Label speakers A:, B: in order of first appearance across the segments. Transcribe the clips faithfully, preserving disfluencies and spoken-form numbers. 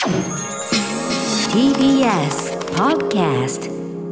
A: ティービーエス Podcast。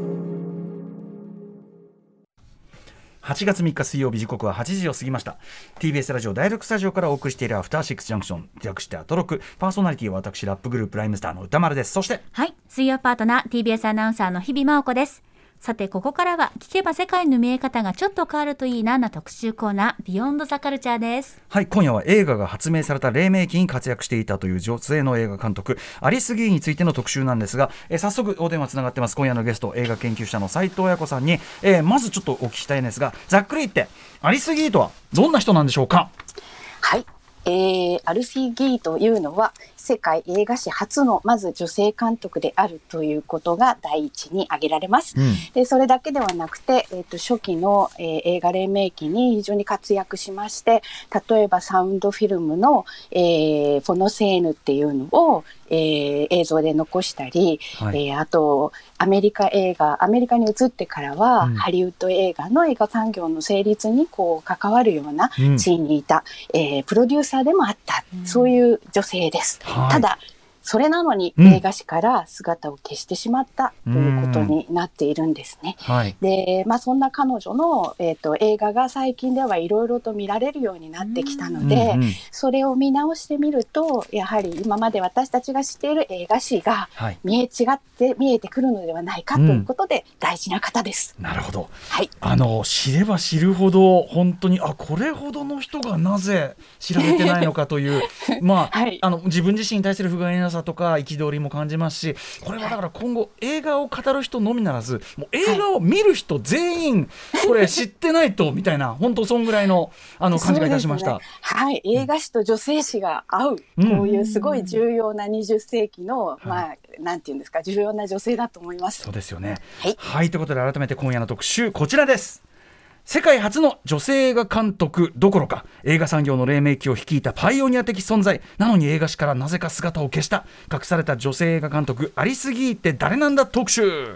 B: はちがつみっか水曜日、時刻ははちじを過ぎました。 ティービーエス ラジオ第ろくスタジオからお送りしているアフターシックスジャンクション、略してアトロク。パーソナリティは私、ラップグループライムスターの歌丸です。そして
C: はい、水曜パートナー ティービーエス アナウンサーの日々真央子です。さて、ここからは聞けば世界の見え方がちょっと変わるといいなな特集コーナー、ビヨンドザカルチャーです。
B: はい、今夜は映画が発明された黎明期に活躍していたという女性の映画監督アリス・ギーについての特集なんですが、えー、早速お電話つながってます。今夜のゲスト、映画研究者の斉藤彩子さんに、えー、まずちょっとお聞きしたいんですが、ざっくり言ってアリス・ギーとはどんな人なんでしょうか？
D: はい、えー、アリス・ギーというのは世界映画史初のまず女性監督であるということが第一に挙げられます、うん、でそれだけではなくて、えー、と初期の、えー、映画黎明期に非常に活躍しまして、例えばサウンドフィルムの、えー、フォノセーヌっていうのを、えー、映像で残したり、はい、えー、あとアメリカ映画アメリカに移ってからは、うん、ハリウッド映画の映画産業の成立にこう関わるような地位にいた、うん、えー、プロデューサーでもあった、うん、そういう女性です、はい、ただそれなのに映画史から姿を消してしまったということになっているんですね、うんはい、で、まあ、そんな彼女の、えーと、映画が最近ではいろいろと見られるようになってきたので、うんうん、それを見直してみるとやはり今まで私たちが知っている映画史が見え違って見えてくるのではないかということで、うん、大事な方です。
B: なるほど、
D: はい、
B: あの知れば知るほど本当にあこれほどの人がなぜ知られてないのかというまあ、はい、あの自分自身に対する不甲斐なさとか憤りも感じますし、これはだから今後映画を語る人のみならずもう映画を見る人全員これ知ってないとみたいな本当そんぐらいのあの感じがいたしました、
D: ね、はい、映画史と女性史が合う、うん、こういうすごい重要なにじゅっ世紀の、うん、まあなんていうんですか、重要な女性だと思います。
B: そうですよね。
D: はい、
B: はい、ということで改めて今夜の特集こちらです。世界初の女性映画監督どころか映画産業の黎明期を率いたパイオニア的存在なのに映画史からなぜか姿を消した隠された女性映画監督アリス・ギーって誰なんだ特集。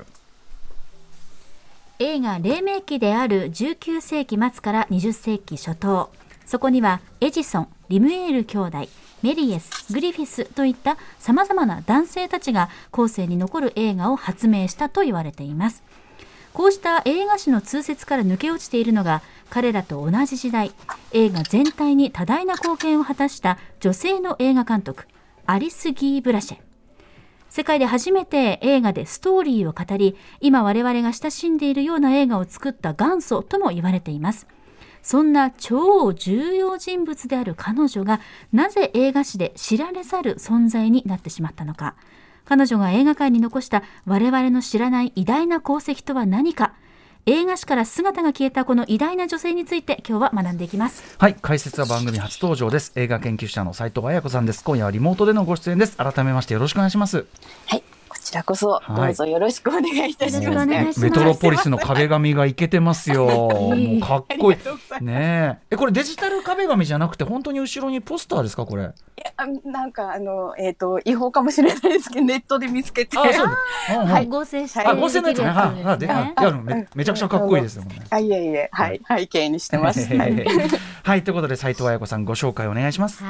C: 映画黎明期であるじゅうきゅう世紀末からにじゅっ世紀初頭、そこにはエジソン、リムエール兄弟、メリエス、グリフィスといったさまざまな男性たちが後世に残る映画を発明したと言われています。こうした映画史の通説から抜け落ちているのが彼らと同じ時代映画全体に多大な貢献を果たした女性の映画監督アリス・ギー・ブラシェ。世界で初めて映画でストーリーを語り今我々が親しんでいるような映画を作った元祖とも言われています。そんな超重要人物である彼女がなぜ映画史で知られざる存在になってしまったのか、彼女が映画界に残した我々の知らない偉大な功績とは何か、映画史から姿が消えたこの偉大な女性について今日は学んでいきます。
B: はい、解説は番組初登場です。映画研究者の斉藤彩子さんです。今夜はリモートでのご出演です。改めましてよろしくお願いします。
D: はい、こちらこそどうぞよろしくお願いいたします、
B: ね、メトロポリスの壁紙がイケてますよもうかっこいいねえ。これデジタル壁紙じゃなくて本当に後ろにポスターですか？これい
D: やなんかあの、えー、と違法かもしれないですけどネットで見つけて、
C: あそうあ、はい、合成して
B: 合成のやつね、はあ、であいや め, めちゃくちゃかっこいいですよね。
D: あいえいえ、はい、背景にしてますはい、
B: はい、ということで斉藤彩子さんご紹介お願いします。
C: はい、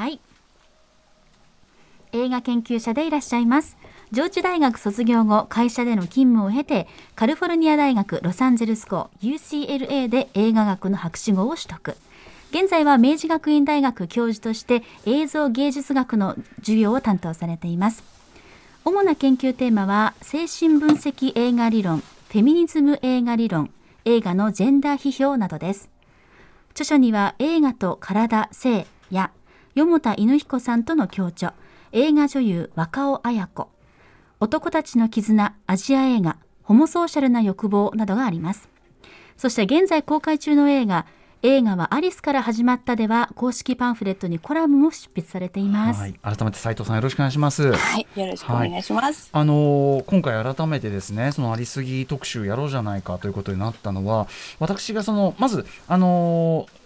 C: 映画研究者でいらっしゃいます。上智大学卒業後会社での勤務を経てカリフォルニア大学ロサンゼルス校 ユーシーエルエー で映画学の博士号を取得。現在は明治学院大学教授として映像芸術学の授業を担当されています。主な研究テーマは精神分析映画理論、フェミニズム映画理論、映画のジェンダー批評などです。著書には映画と体、性や四田犬彦さんとの共著、映画女優若尾綾子、男たちの絆、アジア映画、ホモソーシャルな欲望などがあります。そして現在公開中の映画映画はアリスから始まったでは公式パンフレットにコラムも執筆されています。
B: はい、改めて斉藤さんよろしくお願いします。
D: はい、よろしくお願いします。
B: はい、あのー、今回改めてですねそのアリスギー特集やろうじゃないかということになったのは、私がそのまずあのー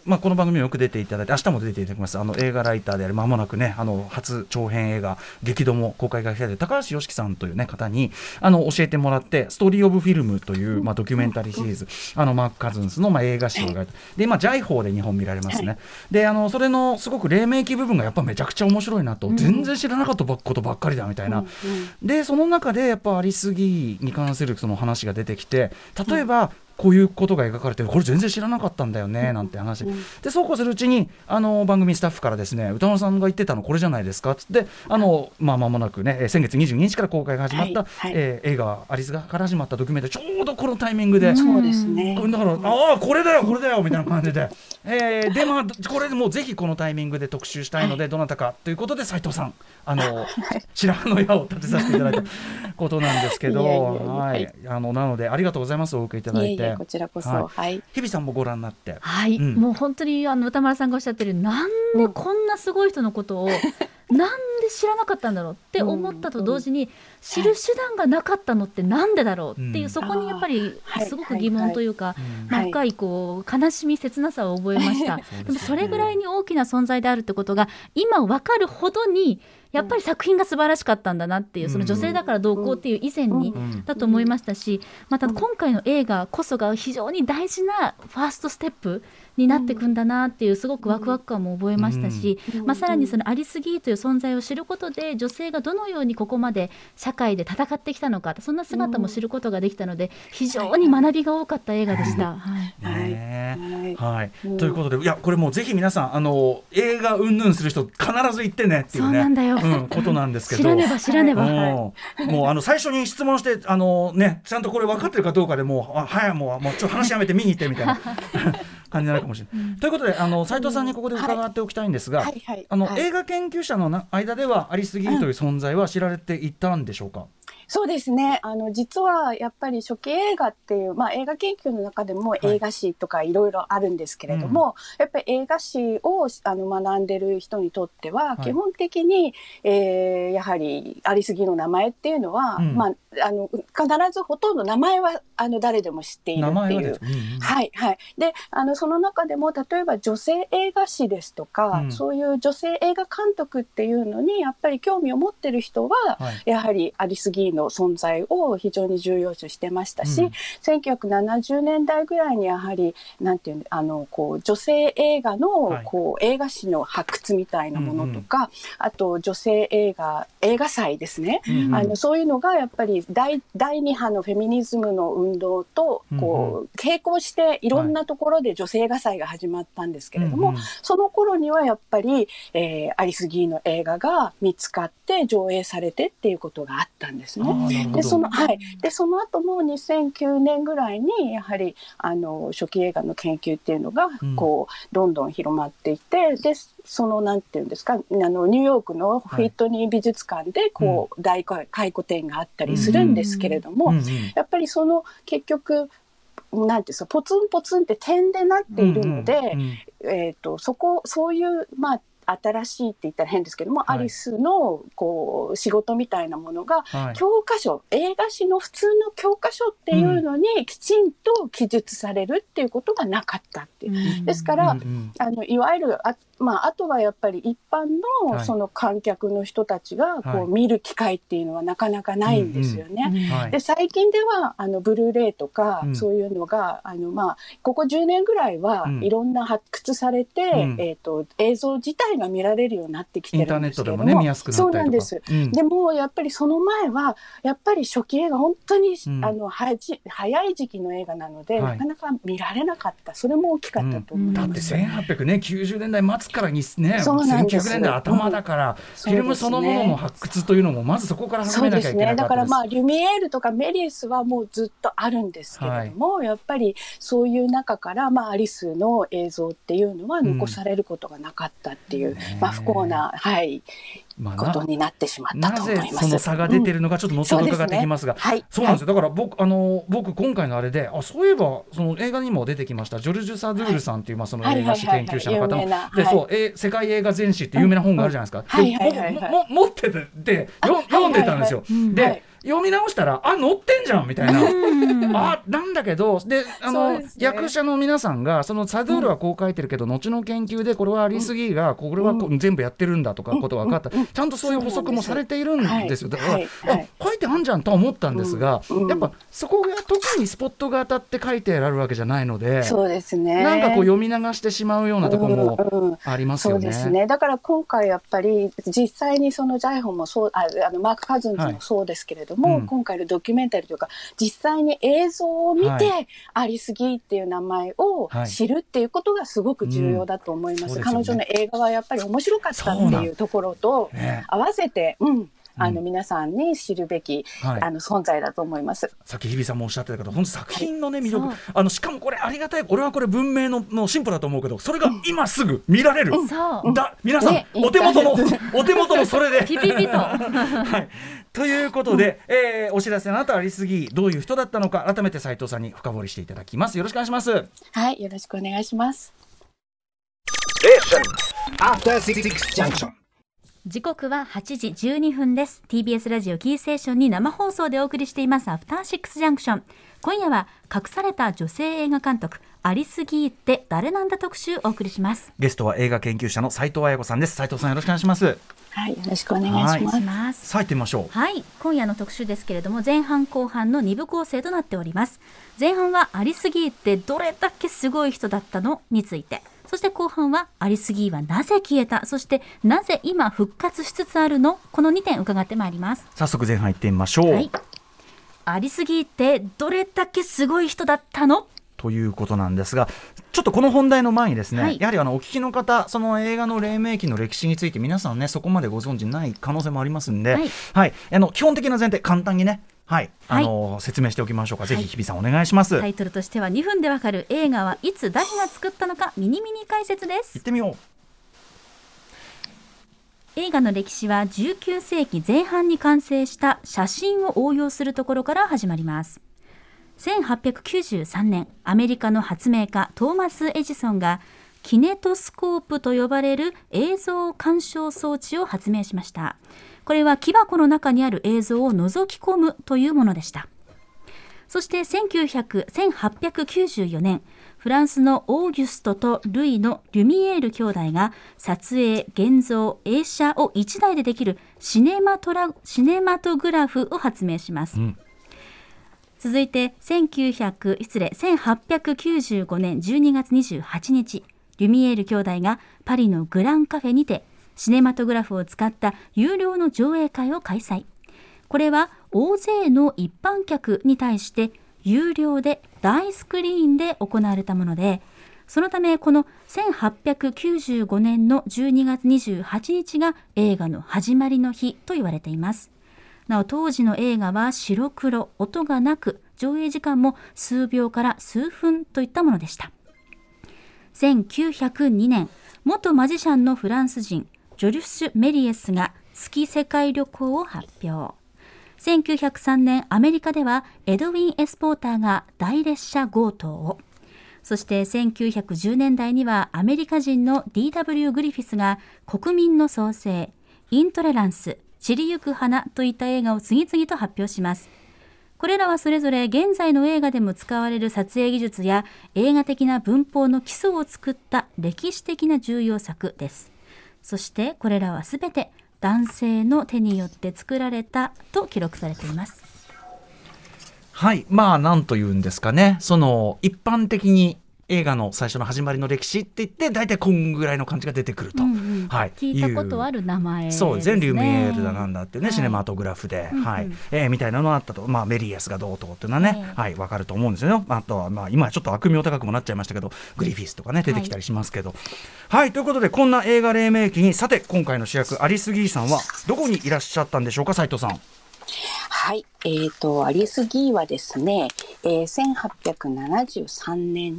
B: まあ、この番組もよく出ていただいて明日も出ていただきますあの映画ライターである間もなくねあの初長編映画激怒も公開が控えている高橋良樹さんという、ね、方にあの教えてもらってストーリーオブフィルムという、まあ、ドキュメンタリーシリーズあのマーク・カズンスの、まあ、映画史を描いてで今ジャイホーでにほん見られますね。であのそれのすごく黎明期部分がやっぱめちゃくちゃ面白いなと、うん、全然知らなかったことばっかりだみたいな、うんうん、でその中でやっぱアリス・ギーに関するその話が出てきて例えば、うんこういうことが描かれてるこれ全然知らなかったんだよねなんて話でそうこうするうちにあの番組スタッフからですね歌丸さんが言ってたのこれじゃないですかっつってあの、まあ、間もなくね先月にじゅうににちから公開が始まった、はいはいえー、映画アリスから始まったドキュメンタリーちょうどこのタイミングで
D: そうですね
B: だからああこれだよこれだよみたいな感じで、えー、でまあこれでもうぜひこのタイミングで特集したいので、はい、どなたかということで斉藤さんあの白羽の矢を立てさせていただいたことなんですけどはいあのなのでありがとうございますお受けいただいて
D: いえいえこちらこそ、はい
B: はい、日比さんもご覧になって
C: はい、うん、もう本当にあの歌丸さんがおっしゃってるなんでこんなすごい人のことを、うん、なんで知らなかったんだろうって思ったと同時に、うん、知る手段がなかったのってなんでだろうっていう、うん、そこにやっぱりすごく疑問というか、まあ、深いこう悲しみ切なさを覚えました、はい、でもそれぐらいに大きな存在であるってことが今分かるほどにやっぱり作品が素晴らしかったんだなっていうその女性だからどうこうっていう以前にだと思いましたしまた今回の映画こそが非常に大事なファーストステップになっていくんだなっていうすごくワクワク感も覚えましたし、まあ、さらにそのアリス・ギーという存在を知ることで女性がどのようにここまで社会で戦ってきたのかそんな姿も知ることができたので非常に学びが多かった映画でした。はい
B: はいはい、ということでいやこれもうぜひ皆さんあの映画うんぬんする人必ず行ってねっていうね
C: そうなんだよ、
B: うん、ことなんですけど
C: 知らねば知らねば、はい、
B: もうあの最初に質問してあの、ね、ちゃんとこれ分かってるかどうかでもうあはいもうもうちょっと話やめて見に行ってみたいな感じになるかもしれない、うん、ということであの斉藤さんにここで伺っておきたいんですが、はいはいはい、あの、はい、映画研究者の間ではアリス・ギーという存在は知られていたんでしょうか。うん
D: そうですねあの実はやっぱり初期映画っていう、まあ、映画研究の中でも映画史とかいろいろあるんですけれども、はい、やっぱり映画史をあの学んでる人にとっては基本的に、はいえー、やはりアリス・ギーの名前っていうのは、うんまあ、あの必ずほとんど名前はあの誰でも知っているっていう、うんうん、はいはいであのその中でも例えば女性映画史ですとか、うん、そういう女性映画監督っていうのにやっぱり興味を持ってる人は、はい、やはりアリス・ギーの存在を非常に重要視してましたし、うん、せんきゅうひゃくななじゅうねんだいぐらいにやはりなんていうの、あのこう女性映画のこう映画史の発掘みたいなものとか、はい、あと女性映画映画祭ですね、うん、あのそういうのがやっぱり第、第二波のフェミニズムの運動とこう並行していろんなところで女性映画祭が始まったんですけれども、はい、その頃にはやっぱり、えー、アリス・ギーの映画が見つかって上映されてっていうことがあったんですね。でその、はい、でその後もにせんきゅうねんぐらいにやはりあの初期映画の研究っていうのがこう、うん、どんどん広まっていてでそのなんていうんですかあのニューヨークのフィットニー美術館でこう、はい、大回顧展があったりするんですけれども、うんうん、やっぱりその結局なんていうかポツンポツンって点でなっているので、うんうんうんえー、とそこそういうまあ新しいって言ったら変ですけども、はい、アリスのこう仕事みたいなものが、はい、教科書映画史の普通の教科書っていうのにきちんと記述されるっていうことがなかったっていう、うん、ですから、うんうん、あのいわゆるあまあ、あとはやっぱり一般のその観客の人たちがこう見る機会っていうのはなかなかないんですよね。はいうんうん、で最近ではあのブルーレイとかそういうのが、うん、あのまあここじゅうねんぐらいはいろんな発掘されて、うんえー、と映像自体が見られるようになってきてるんですけども、インターネットでもね見やすくなったりとか。そうなんです。うん、でもやっぱりその前はやっぱり初期映画本当に、うん、あのはじ早い時期の映画なので、はい、なかなか見られなかった。それも大きかったと思います。
B: うん、だってせんはっぴゃくきゅうじゅうねんだい末からにね、せんきゅうひゃくねんだい頭だから、うん、フィルムそのものの発掘というのもまずそこから始めなきゃいけなかったです。そうですね。だからまあ
D: リュミエールとかメリエスはもうずっとあるんですけれども、はい、やっぱりそういう中からまあアリスの映像っていうのは残されることがなかったっていう、うん、まあ不幸なはいまあ、ことになってしまったと思います。
B: なぜその差が出ているのかちょっと後ほど伺ってきますが、うん そうですねはい、そうなんですよ。だから 僕, あの僕今回のあれであそういえばその映画にも出てきましたジョルジュ・サドゥールさんという、はいまあ、その映画史研究者の方のでそうえ世界映画全史って有名な本があるじゃないですか。持っててで読んでたんですよ。で読み直したらあ載ってんじゃんみたいなあなんだけどであの、ね、役者の皆さんがそのサドゥールはこう書いてるけど、うん、後の研究でこれはアリス・ギーがこれはこう全部やってるんだとかことが分かった、うん、ちゃんとそういう補足もされているんですよ。だから、はいはい、あ書いてあんじゃんとは思ったんですが、うん、やっぱそこが特にスポットが当たって書いてあるわけじゃないので、
D: そうですね、
B: なんかこう読み流してしまうようなところもありますよね、
D: うんうん、そうですね。だから今回やっぱり実際にそのジャイホンもそう あ, あのマーク・カズンズもそうですけれども、はいうん、今回のドキュメンタリーというか実際に映像を見て、はい、アリス・ギーっていう名前を知るっていうことがすごく重要だと思います、はいうん、彼女の映画はやっぱり面白かったっていうところと合わせて、うん、あの皆さんに知るべき、うん、あの存在だと思います。
B: さっき日比さんもおっしゃってたけど本当作品の、ね、魅力、あのしかもこれありがたい、俺はこれ文明 の, の進歩だと思うけどそれが今すぐ見られる、うん、だ皆さん、ね、お手元のお手元のそれで
C: ピピピと、
B: はい、ということで、うんえー、お知らせの後アリス・ギーどういう人だったのか改めて斉藤さんに深掘りしていただきます。よろしくお願いします。
D: はい、よろしくお願いします。
C: 時刻ははちじじゅうにふんです。 ティービーエス ラジオキーステーションに生放送でお送りしていますアフターシックスジャンクション。今夜は隠された女性映画監督アリス・ギーって誰なんだ特集をお送りします。
B: ゲストは映画研究者の斉藤彩子さんです。斉藤さんよろしくお願いします。
D: はい、よろしくお願いします。
B: さあ行ってみましょう。
C: はい、今夜の特集ですけれども前半後半のに部構成となっております。前半はアリス・ギーってどれだけすごい人だったのについて、そして後半はアリス・ギーはなぜ消えた、そしてなぜ今復活しつつあるの、このにてん伺ってまいります。
B: 早速前半行ってみましょう。はい、
C: アリス・ギーってどれだけすごい人だったの
B: ということなんですが、ちょっとこの本題の前にですね、はい、やはりあのお聞きの方、その映画の黎明期の歴史について皆さんねそこまでご存知ない可能性もありますんで、はいはい、あの基本的な前提簡単にねはいあのはい、説明しておきましょうか。ぜひ日比さんお願いします。
C: タイトルとしてはにふんでわかる映画はいつ誰が作ったのかミニミニ解説です。
B: 行ってみよう。
C: 映画の歴史はじゅうきゅうせいきぜん半に完成した写真を応用するところから始まります。せんはっぴゃくきゅうじゅうさんねんアメリカの発明家トーマス・エジソンがキネトスコープと呼ばれる映像鑑賞装置を発明しました。これは木箱の中にある映像を覗き込むというものでした。そしてせんはっぴゃくきゅうじゅうよねんフランスのオーギュストとルイのリュミエール兄弟が撮影、現像、映写をいちだいでできるシネマトラ、シネマトグラフを発明します、うん、続いてせんきゅうひゃく失礼せんはっぴゃくきゅうじゅうごねんじゅうにがつにじゅうはちにちリュミエール兄弟がパリのグランカフェにてシネマトグラフを使った有料の上映会を開催。これは大勢の一般客に対して有料で大スクリーンで行われたもので、そのためこのせんはっぴゃくきゅうじゅうごねんのじゅうにがつにじゅうはちにちが映画の始まりの日と言われています。なお当時の映画は白黒、音がなく、上映時間も数秒から数分といったものでした。せんきゅうひゃくにねん元マジシャンのフランス人ジョリュス・メリエスが月世界旅行を発表。せんきゅうひゃくさんねんアメリカではエドウィン・エスポーターが大列車強盗を、そしてせんきゅうひゃくじゅうねんだいにはアメリカ人の ディーダブリュー グリフィスが国民の創生、イントレランス、散りゆく花といった映画を次々と発表します。これらはそれぞれ現在の映画でも使われる撮影技術や映画的な文法の基礎を作った歴史的な重要作です。そしてこれらはすべて男性の手によって作られたと記録されています。
B: はい、まあなんというんですかね、その一般的に映画の最初の始まりの歴史って言って大体こんぐらいの感じが出てくると、うんうん
C: はい、聞いたことある名前ですね。
B: そう全リュミエールだなんだってね、はい、シネマトグラフで、うんうんはいえー、みたいなのがあったと、まあ、メリエスがどうとかっていうのはね、えーはい、分かると思うんですよね。あとは、まあ、今ちょっと悪名高くもなっちゃいましたけどグリフィスとかね出てきたりしますけど、はい、はい、ということでこんな映画黎明期にさて今回の主役アリス・ギーさんはどこにいらっしゃったんでしょうか。斉藤さん。
D: はい、えーと、アリス・ギーはですね、えー、せんはっぴゃくななじゅうさんねんに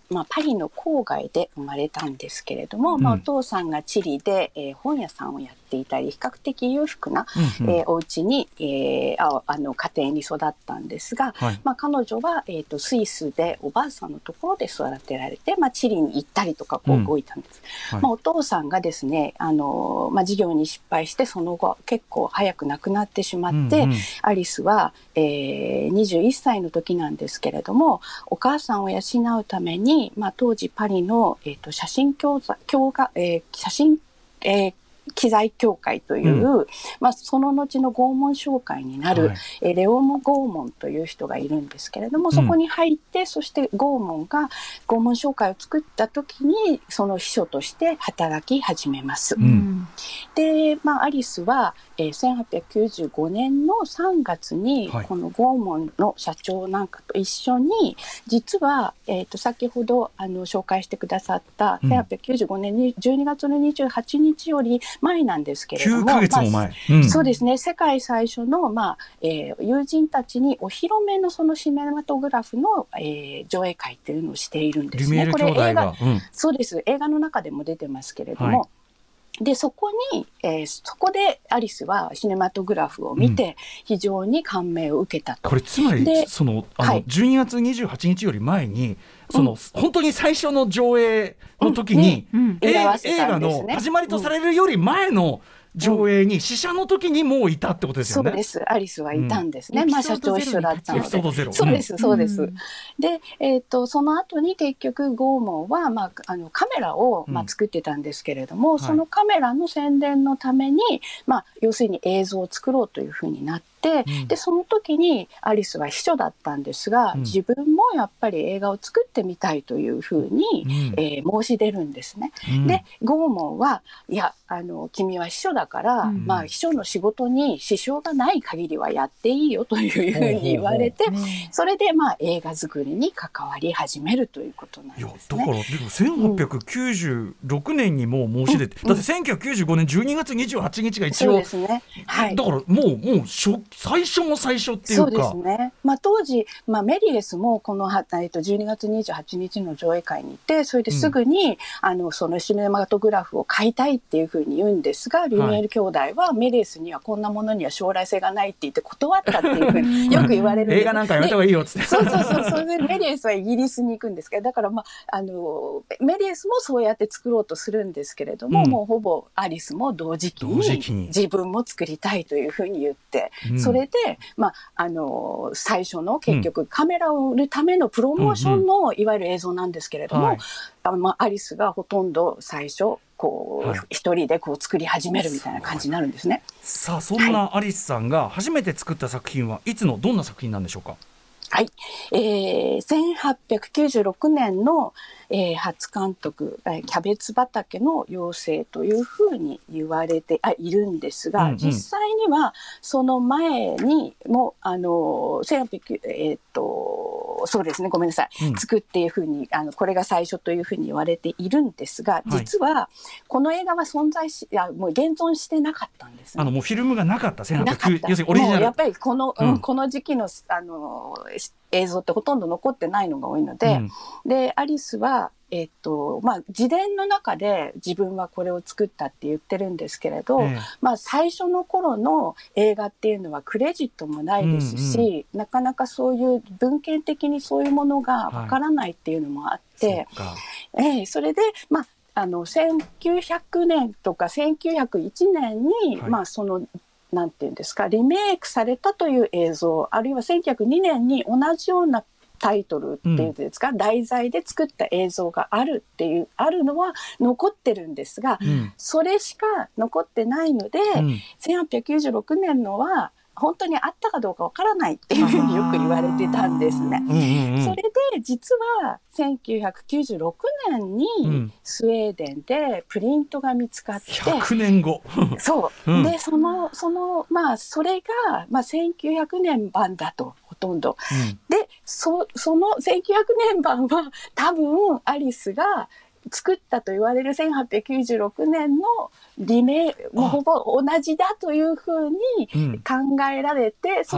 D: まあ、パリの郊外で生まれたんですけれども、うん、まあ、お父さんがチリで、えー、本屋さんをやっていたり比較的裕福な、うんうん、えー、お家に、えー、ああの家庭に育ったんですが、はい、まあ、彼女は、えーと、スイスでおばあさんのところで育てられて、まあ、チリに行ったりとかこう動いたんです、うん、はい、まあ、お父さんがですね、あの、まあ、事業に失敗してその後結構早く亡くなってしまって、うんうん、アリスは、えー、にじゅういっさいの時なんですけれども、お母さんを養うために、まあ、当時パリの、えーと、写真教座教が、えー、写真、えー機材協会という、うん、まあ、その後の拷問商会になる、はい、えレオム拷問という人がいるんですけれども、そこに入って、うん、そして拷問が拷問商会を作った時にその秘書として働き始めます、うん、で、まあ、アリスは、えー、せんはっぴゃくきゅうじゅうごねんのさんがつに、はい、この拷問の社長なんかと一緒に実は、えー、と先ほどあの紹介してくださったせんはっぴゃくきゅうじゅうごねんにじゅうにがつのにじゅうはちにちより前なんですけれども、
B: きゅうかげつも前、
D: まあうん、そうですね、世界最初の、まあえー、友人たちにお披露目のそのシネマトグラフの、えー、上映会っていうのをしているんですね。
B: これ映画、うん、
D: そうです、映画の中でも出てますけれども、はい、でそこに、えー、そこでアリスはシネマトグラフを見て非常に感銘を受けたと、
B: うん、これつまりそのあの、はい、じゅうにがつにじゅうはちにちより前にその、うん、本当に最初の上映の時に、うんうん、映画の始まりとされるより前の上映に試写の時にもういたってことですよね。
D: そうです、アリスはいたんですね、うん、まあ、社長一緒だったので。
B: エピソードゼロ、
D: そうですそうです、うん、で、えー、とその後に結局拷問は、まあ、あのカメラを、まあ、作ってたんですけれども、うん、そのカメラの宣伝のために、まあ、要するに映像を作ろうというふうになって、うん、でその時にアリスは秘書だったんですが、うん、自分もやっぱり映画を作ってみたいというふうに、うん、えー、申し出るんですね、うん、で拷問はいやあの君は秘書だから、うん、まあ、秘書の仕事に支障がない限りはやっていいよというふうに言われて、それで、まあ、映画作りに関わり始めるということなんですね。
B: いやだからでもせんはっぴゃくきゅうじゅうろくねんにもう申し出て、うん、だってせんきゅうひゃくきゅうじゅうごねんじゅうにがつにじゅうはちにちが一応
D: そうですね、はい、
B: だからもうもう初最初も最初っていうか、
D: そうですね、まあ、当時、まあ、メリエスもこの、えっと、じゅうにがつにじゅうはちにちの上映会に行ってそれですぐに、うん、あのそのシネマトグラフを買いたいっていうふうに言うんですが、リュミエル兄弟はメリエスにはこんなものには将来性がないって言って断ったっていうふうによく言われるんです
B: 映画なんかやめた方がいいよっつって
D: そうそうそう、それでメリエスはイギリスに行くんですけど、だから、まあ、あのメリエスもそうやって作ろうとするんですけれども、うん、もうほぼアリスも同時期に自分も作りたいというふうに言って、うん、それで、まあ、あの最初の結局カメラを売るためのプロモーションのいわゆる映像なんですけれども、うんうん、あまあ、アリスがほとんど最初こう、はい、一人でこう作り始めるみたいな感じになるんですね。
B: さあそんなアリスさんが初めて作った作品はいつのどんな作品なんでしょうか。
D: はい、えー、せんはっぴゃくきゅうじゅうろくねんの、えー、初監督、えー、キャベツ畑の妖精というふうに言われてあいるんですが、うんうん、実際にはその前にもあのせんはっぴゃく、えー、っとそうですねごめんなさい、うん、作っていうふうにあのこれが最初というふうに言われているんですが、実はこの映画は存在しいやもう現存してなかったんです、ね、
B: あのもうフィルムがなかったせんはっぴゃくきゅうじゅう要するにオリジナル
D: もうやっぱりこの、うん、この時期のあの映像ってほとんど残ってないのが多いので、うん、でアリスは、えーっとまあ、自伝の中で自分はこれを作ったって言ってるんですけれど、えーまあ、最初の頃の映画っていうのはクレジットもないですし、うんうん、なかなかそういう文献的にそういうものがわからないっていうのもあって、はい、えー、それで、まあ、あのせんきゅうひゃくねんとかせんきゅうひゃくいちねんに、はい、まあそのなんていうんですかリメイクされたという映像、あるいはせんきゅうひゃくにねんに同じようなタイトルっていうんですか、うん、題材で作った映像があるっていうあるのは残ってるんですが、うん、それしか残ってないので、うん、せんはっぴゃくきゅうじゅうろくねんのは本当にあったかどうかわからないっていうふうによく言われてたんですね、うんうんうん、それで実はせんきゅうひゃくきゅうじゅうろくねんにスウェーデンでプリントが見つかって、
B: ひゃくねんご
D: そう、うん、でそのそのまあそれが、まあ、せんきゅうひゃくねん版だとほとんど、うん、で そ, そのせんきゅうひゃくねん版は多分アリスが作ったと言われるせんはっぴゃくきゅうじゅうろくねんのリメイクもほぼ同じだというふうに考えられて、うん、それで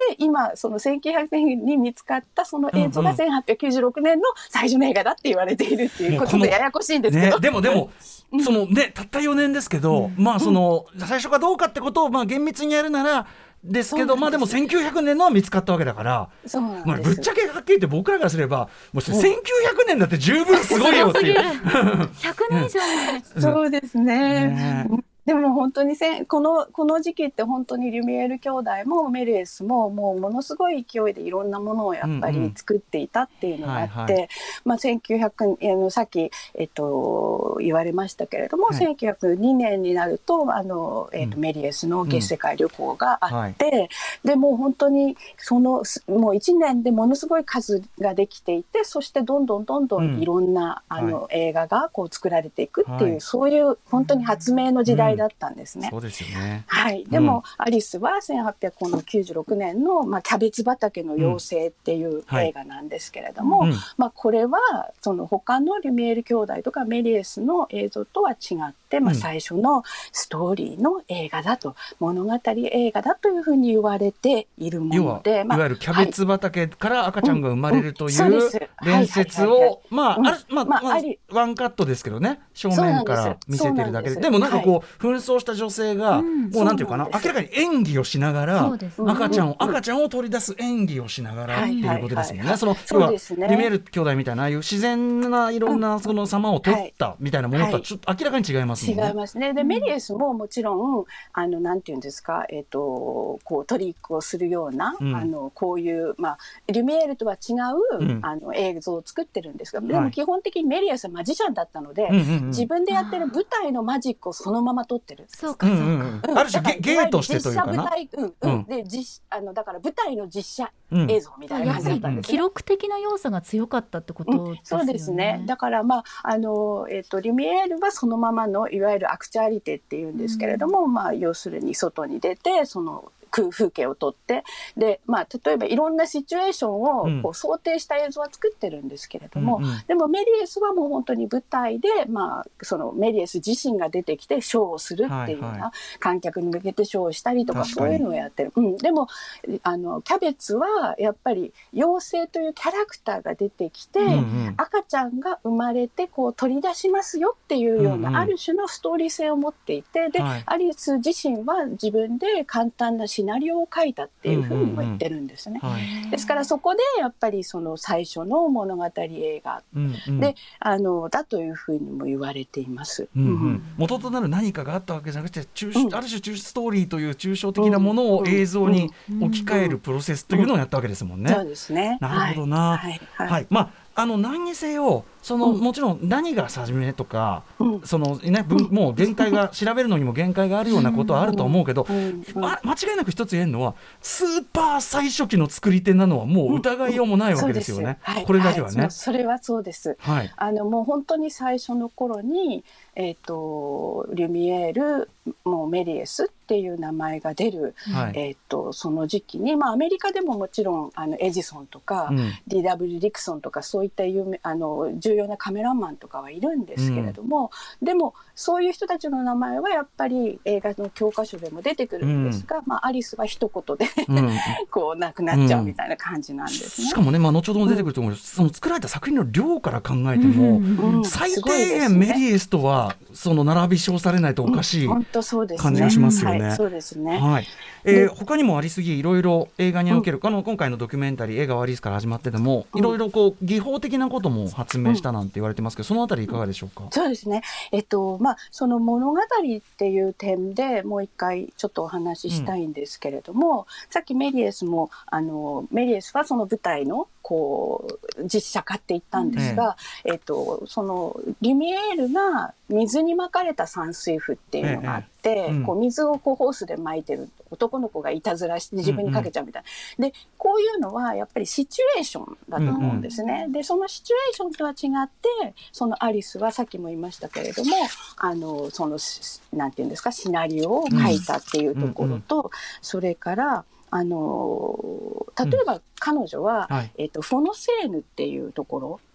D: 今そのせんきゅうひゃくねんに見つかったその映像がせんはっぴゃくきゅうじゅうろくねんの最初の映画だって言われているっていうことでややこしいんですけど、
B: ね、でもでもそのねたったよねんですけど、うん、まあその最初かどうかってことをまあ厳密にやるならですけど、まあでもせんきゅうひゃくねんのは見つかったわけだから、まあ、ぶっちゃけはっきり言って僕らからすればもうせんきゅうひゃくねんだって十分すごいよっていう
C: ひゃくねん以上前
D: そうですね、ねでも本当にせこの、この時期って本当にリュミエール兄弟もメリエスももうものすごい勢いでいろんなものをやっぱり作っていたっていうのがあって、まあ、せんきゅうひゃくえのさっき、えっと、言われましたけれども、はい、せんきゅうひゃくにねんになるとあの、えっと、メリエスの月世界旅行があって、うんはい、でもう本当にそのもういちねんでものすごい数ができていてそしてどんどんどんどんいろんな、うん、あの、はい、映画がこう作られていくっていう、はい、そういう本当に発明の時代だったんですね。
B: うん、そうですよね。
D: はい。でも、うん、アリスはせんはっぴゃくきゅうじゅうろくねんの、まあ、キャベツ畑の妖精っていう映画なんですけれども、うんはいまあ、これはその他のリュミエール兄弟とかメリエスの映像とは違って、まあ、最初のストーリーの映画だと、うん、物語映画だというふうに言われているもので、
B: まあ、いわゆるキャベツ畑から赤ちゃんが生まれるという伝説をまあワンカットですけどね正面から見せてるだけで で, でもなんかこう、はい、紛争した女性が、うん、もうなんていうかな明らかに演技をしながら、ね、赤ちゃんを、うん、赤ちゃんを取り出す演技をしながら、うん、っていうことですもんね。その要はリュミエール兄弟みたいなああいう自然ないろんなその様を取ったみたいなものとはちょっと明らかに違いますもんね。
D: 違いますね。でメリエスももちろんあのなんていうんですか、えーと、こうトリックをするような、うん、あのこういう、まあ、リュミエールとは違う、うん、あの映像を作ってるんですが、でも基本的にメリエスはマジシャンだったので、はい、自分でやってる舞台のマジックをそのまま撮ってる。
C: そうかそうか、うん
B: うん、ある種芸としてというかな。
D: 実写舞台、うんうん、で実あのだから舞台の実写映像みたいな感じだったんですね。
C: 記録的な要素が強かったってことですよね。うん、
D: そうですね。だからまああのえっとリュミエールはそのままのいわゆるアクチュアリティっていうんですけれども、うん、まあ要するに外に出てその風景を撮ってで、まあ、例えばいろんなシチュエーションをこう想定した映像は作ってるんですけれども、うんうん、でもメリエスはもう本当に舞台で、まあ、そのメリエス自身が出てきてショーをするっていうような、はいはい、観客に向けてショーをしたりとかそういうのをやってる、うん、でもあのキャベツはやっぱり妖精というキャラクターが出てきて、うんうん、赤ちゃんが生まれてこう取り出しますよっていうような、うんうん、ある種のストーリー性を持っていてで、はい、アリス自身は自分で簡単なシナリオを書いたっていうふうにも言ってるんですね、うんうんうんはい、ですからそこでやっぱりその最初の物語映画、うんうん、であのだというふうにも言われています、
B: うんうん、元となる何かがあったわけじゃなくて抽、うん、ある種抽ストーリーという抽象的なものを映像に置き換えるプロセスというのをやったわけですもんね、うんうんうん、
D: そうですね。
B: なるほどな、はいはいはい、まああの何にせよその、うん、もちろん何が初めとか、うん、そのね、うん、もう限界が調べるのにも限界があるようなことはあると思うけど、うんうん、あ間違いなく一つ言えるのはスーパー最初期の作り手なのはもう疑いようもないわけですよね、うんうんはい、これだけはね、はい、
D: そ, それはそうです、はい、あのもう本当に最初の頃に、えーと、リュミエールもうメリエスっていう名前が出る、はいえーと、その時期に、まあ、アメリカでももちろんあのエジソンとか、うん、ディーダブリュー ディクソンとかそういった有名あの重要なカメラマンとかはいるんですけれども、うん、でもそういう人たちの名前はやっぱり映画の教科書でも出てくるんですが、うんまあ、アリスは一言で、うん、こうなくなっちゃうみたいな感じなんですね、うん、し
B: かもね、まあ、後ほども出てくると思うけど、うん、その作られた作品の量から考えても、うんうん、最低限メリエスとはその並び称されないとおかしい感じがしますよね、うん、はい、そうですね、はいえー、他にもありすぎいろいろ映画における、うん、あの今回のドキュメンタリー映画はアリスから始まってでも、うん、いろいろこう技法的なことも発明したなんて言われてますけど、そのあたりいかがでしょうか。
D: そうですね、えっとまあ、その物語っていう点でもう一回ちょっとお話ししたいんですけれども、うん、さっきメリエスもあのメリエスはその舞台のこう実写化って言ったんですが、うんえっと、そのリュミエールが水に巻かれた散水符っていうのがあって、ええうん、こう水をこうホースで巻いてる男の子がいたずらして自分にかけちゃうみたいな、うんうん、でこういうのはやっぱりシチュエーションだと思うんですね、うんうん、でそのシチュエーションとは違ってそのアリスはさっきも言いましたけれどもあのそのなんていうんですかシナリオを書いたっていうところと、うんうん、それからあの例えば彼女は、うんはいえー、とフォノセーヌっていうところ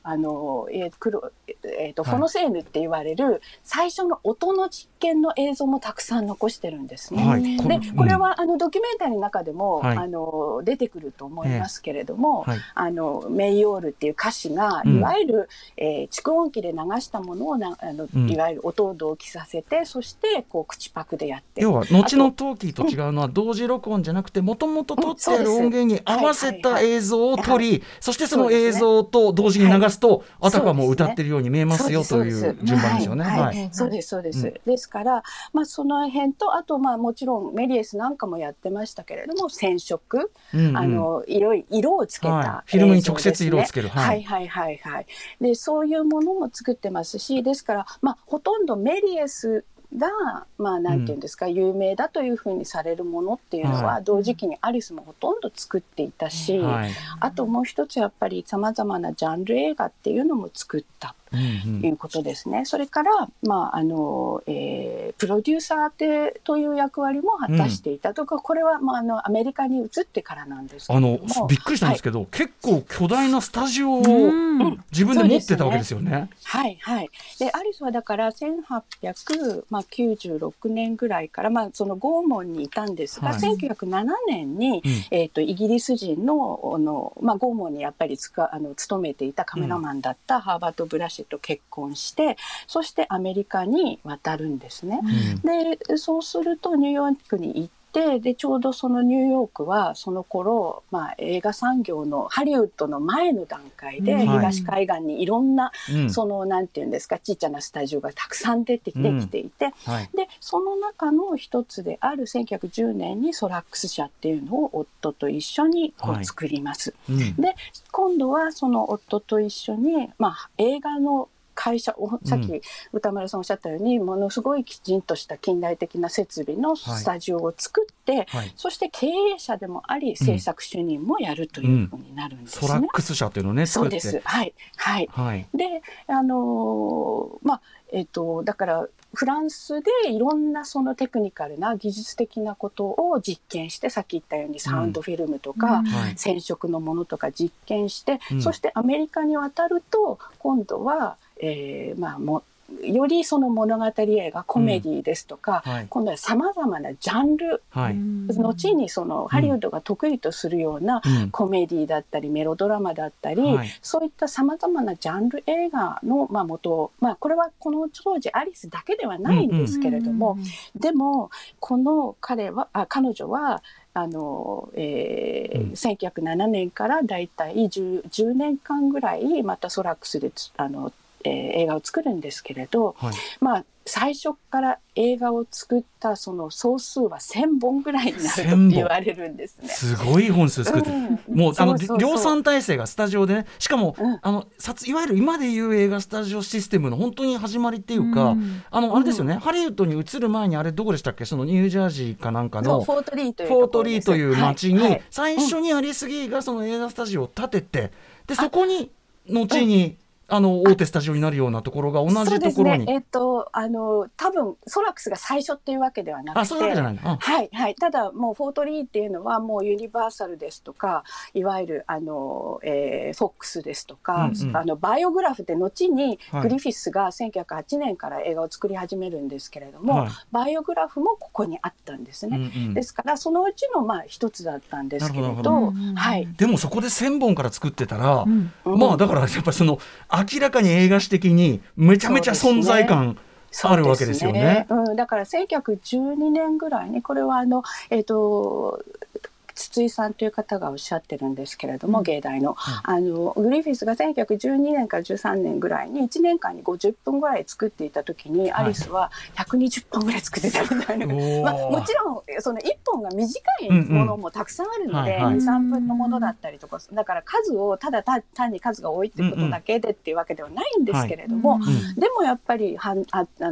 D: あの、えー黒えー、とフォノセーヌって言われる最初の音の実験の映像もたくさん残してるんですね。
B: はい、
D: でこれはあのドキュメンタリーの中でも、
B: はい、
D: あの出てくると思いますけれども、
B: えーはい、
D: あのメイオールっていう歌詞が、うん、いわゆる、えー、蓄音機で流したものをなあの、うん、いわゆる音を同期させて、そしてこう口パクでやってる。
B: 要は後のトーキーと違うのは、うん、同時録音じゃなくてもともと撮ってある音源に合わせた映像を撮り、はいはいはい、そしてその映像と同時に流すと、はい、あたかも歌ってるように見えますよという順番ですよね。
D: そうですそうです、うん、ですから、まあ、その辺とあと、まあ、もちろんメリエスなんかもやってましたけれども染色、うんうん、あの色色をつけた、
B: はい、フィルムに直接色をつける、
D: はい、はいはいはいはいでそういうものも作ってますし、ですから、まあ、ほとんどメリエスが、まあ、なんていうんですか、うん、有名だというふうにされるものっていうのは、はい、同時期にアリスもほとんど作っていたし、はい、あともう一つやっぱりさまざまなジャンル映画っていうのも作ったということですね。うんうん、それから、まああのえー、プロデューサーでという役割も果たしていたとか、うん、これは、まあ、あのアメリカに移ってからなんですけども、
B: あのびっくりしたんですけど、はい、結構巨大なスタジオを自分で持ってたわけですよね。うん、ね
D: はいはい、でアリスはだからせんはっぴゃくきゅうじゅうろくねんぐらいから、まあ、そのゴーモンにいたんですが、はい、せんきゅうひゃくななねんに、うんえー、とイギリス人 の, あの、まあ、ゴーモンにやっぱりつかあの勤めていたカメラマンだったハーバート・ブラシェと結婚して、うん、そしてアメリカに渡るんですね。うん、でそうするとニューヨークに行ってでちょうどそのニューヨークはその頃、まあ、映画産業のハリウッドの前の段階で、うん、東海岸にいろんな、うん、そのなんていうんですかちっちゃなスタジオがたくさん出てきて、うん、いて、はい、でその中の一つであるせんきゅうひゃくじゅうねんにソラックス社っていうのを夫と一緒にこう作ります。はいうん、で今度はその夫と一緒に、まあ、映画の会社をさっき歌丸さんおっしゃったように、うん、ものすごいきちんとした近代的な設備のスタジオを作って、はい、そして経営者でもあり制作主任もやるというふうになるんですね。
B: うん、ソラックス社というのをね作って。
D: そうです、はいはいはい、であのー、まあえっとだからフランスでいろんなそのテクニカルな技術的なことを実験して、さっき言ったようにサウンドフィルムとか、うんはい、染色のものとか実験して、うん、そしてアメリカに渡ると今度はえー、まあもよりその物語映画コメディですとか、うんはい、今度はさまざまなジャンル、はい、後にそのハリウッドが得意とするようなコメディだったりメロドラマだったり、うん、そういったさまざまなジャンル映画の、まあ、元、まあ、これはこの当時アリスだけではないんですけれども、うんうん、でもこの彼はあ彼女はあのえーうん、せんきゅうひゃくななねんからだいたい 10, じゅうねんかんぐらいまたソラックスであのえー、映画を作るんですけれど、はい、まあ最初から映画を作ったその総数はせんぼんぐらいになると言われるんですね。
B: すごい本数作ってる、うん、もうあのそうそうそう量産体制がスタジオでね、しかも、うん、あのいわゆる今でいう映画スタジオシステムの本当に始まりっていうか、うん、あのあれですよね、うん、ハリウッドに移る前にあれどこでしたっけ、そのニュージャージーかなんかの
D: フォートリーという
B: フォートリーという街に、はいはい、最初にアリス・ギーがその映画スタジオを建てて、でそこに後にあの大手スタジオになるようなところが同じところに、
D: ねえー、とあの多分ソラックスが最初っていうわけではなくて、
B: あそういうわけじゃないの、
D: はいはい、ただもうフォートリーっていうのはもうユニバーサルですとかいわゆるあの、えー、フォックスですとか、うんうん、あのバイオグラフで後にグリフィスがせんきゅうひゃくはちねんから映画を作り始めるんですけれども、はい、バイオグラフもここにあったんですね、うんうん、ですからそのうちのまあ一つだったんですけれ ど, ど、はい、
B: でもそこでせんぼんから作ってたら、うんうん、まあだからやっぱその明らかに映画史的にめちゃめちゃ存在感あるわけですよね。
D: そうですね、うん、だからせんきゅうひゃくじゅうにねんぐらいにこれはあの、えーと筒井さんという方がおっしゃってるんですけれども、うん、芸大 の,、うん、あのグリフィスがせんきゅうひゃくじゅうにねんからじゅうさんねんぐらいにいちねんかんにごじゅっぷんぐらい作っていた時に、はい、アリスはひゃくにじゅっぽんぐらい作ってたみたいな、まあ、もちろんそのいっぽんが短いものもたくさんあるので、うんうん、にさんぷんのものだったりとか、だから数をただ単に数が多いっていうことだけでっていうわけではないんですけれども、うんうん、でもやっぱりはああの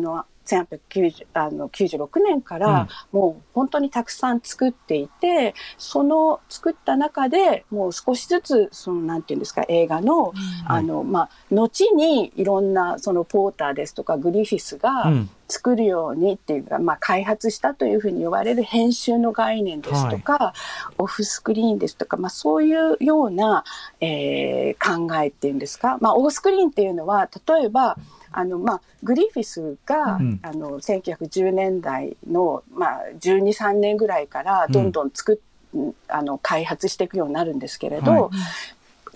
D: せんはっぴゃくきゅうじゅう、あのきゅうじゅうろくねんからもう本当にたくさん作っていて、うん、その作った中でもう少しずつそのなんていうんですか、映画の、うん、あのまあ後にいろんなそのポーターですとかグリフィスが作るようにっていうか、まあ開発したというふうに言われる編集の概念ですとか、はい、オフスクリーンですとか、まあそういうような、えー、考えっていうんですか、まあオフスクリーンっていうのは例えばあのまあ、グリフィスが、うん、あのせんきゅうひゃくじゅうねんだいの、まあ、じゅうに、さんねんぐらいからどんどん作っ、うん、あの開発していくようになるんですけれど、はい、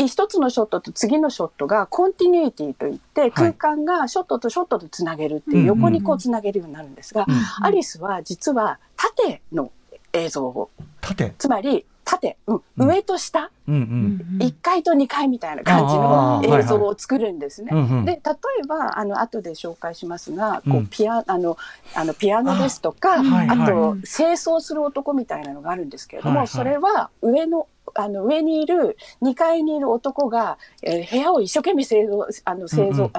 D: 一つのショットと次のショットがコンティニュイティといって空間がショットとショットとつなげるっていう、横にこうつなげるようになるんですが、うんうん、アリスは実は縦の映像を、
B: 縦
D: つまり縦、うんうん、上と下、うんうん、いっかいとにかいみたいな感じの映像を作るんですね。はいはい、で例えばあの後で紹介しますが、こうピア、あのあのピアノですとか、あ, はいはい、あと清掃する男みたいなのがあるんですけれども、はいはい、それは上のあの上にいるにかいにいる男が、えー、部屋を一生懸命清掃あの清掃、うんうん、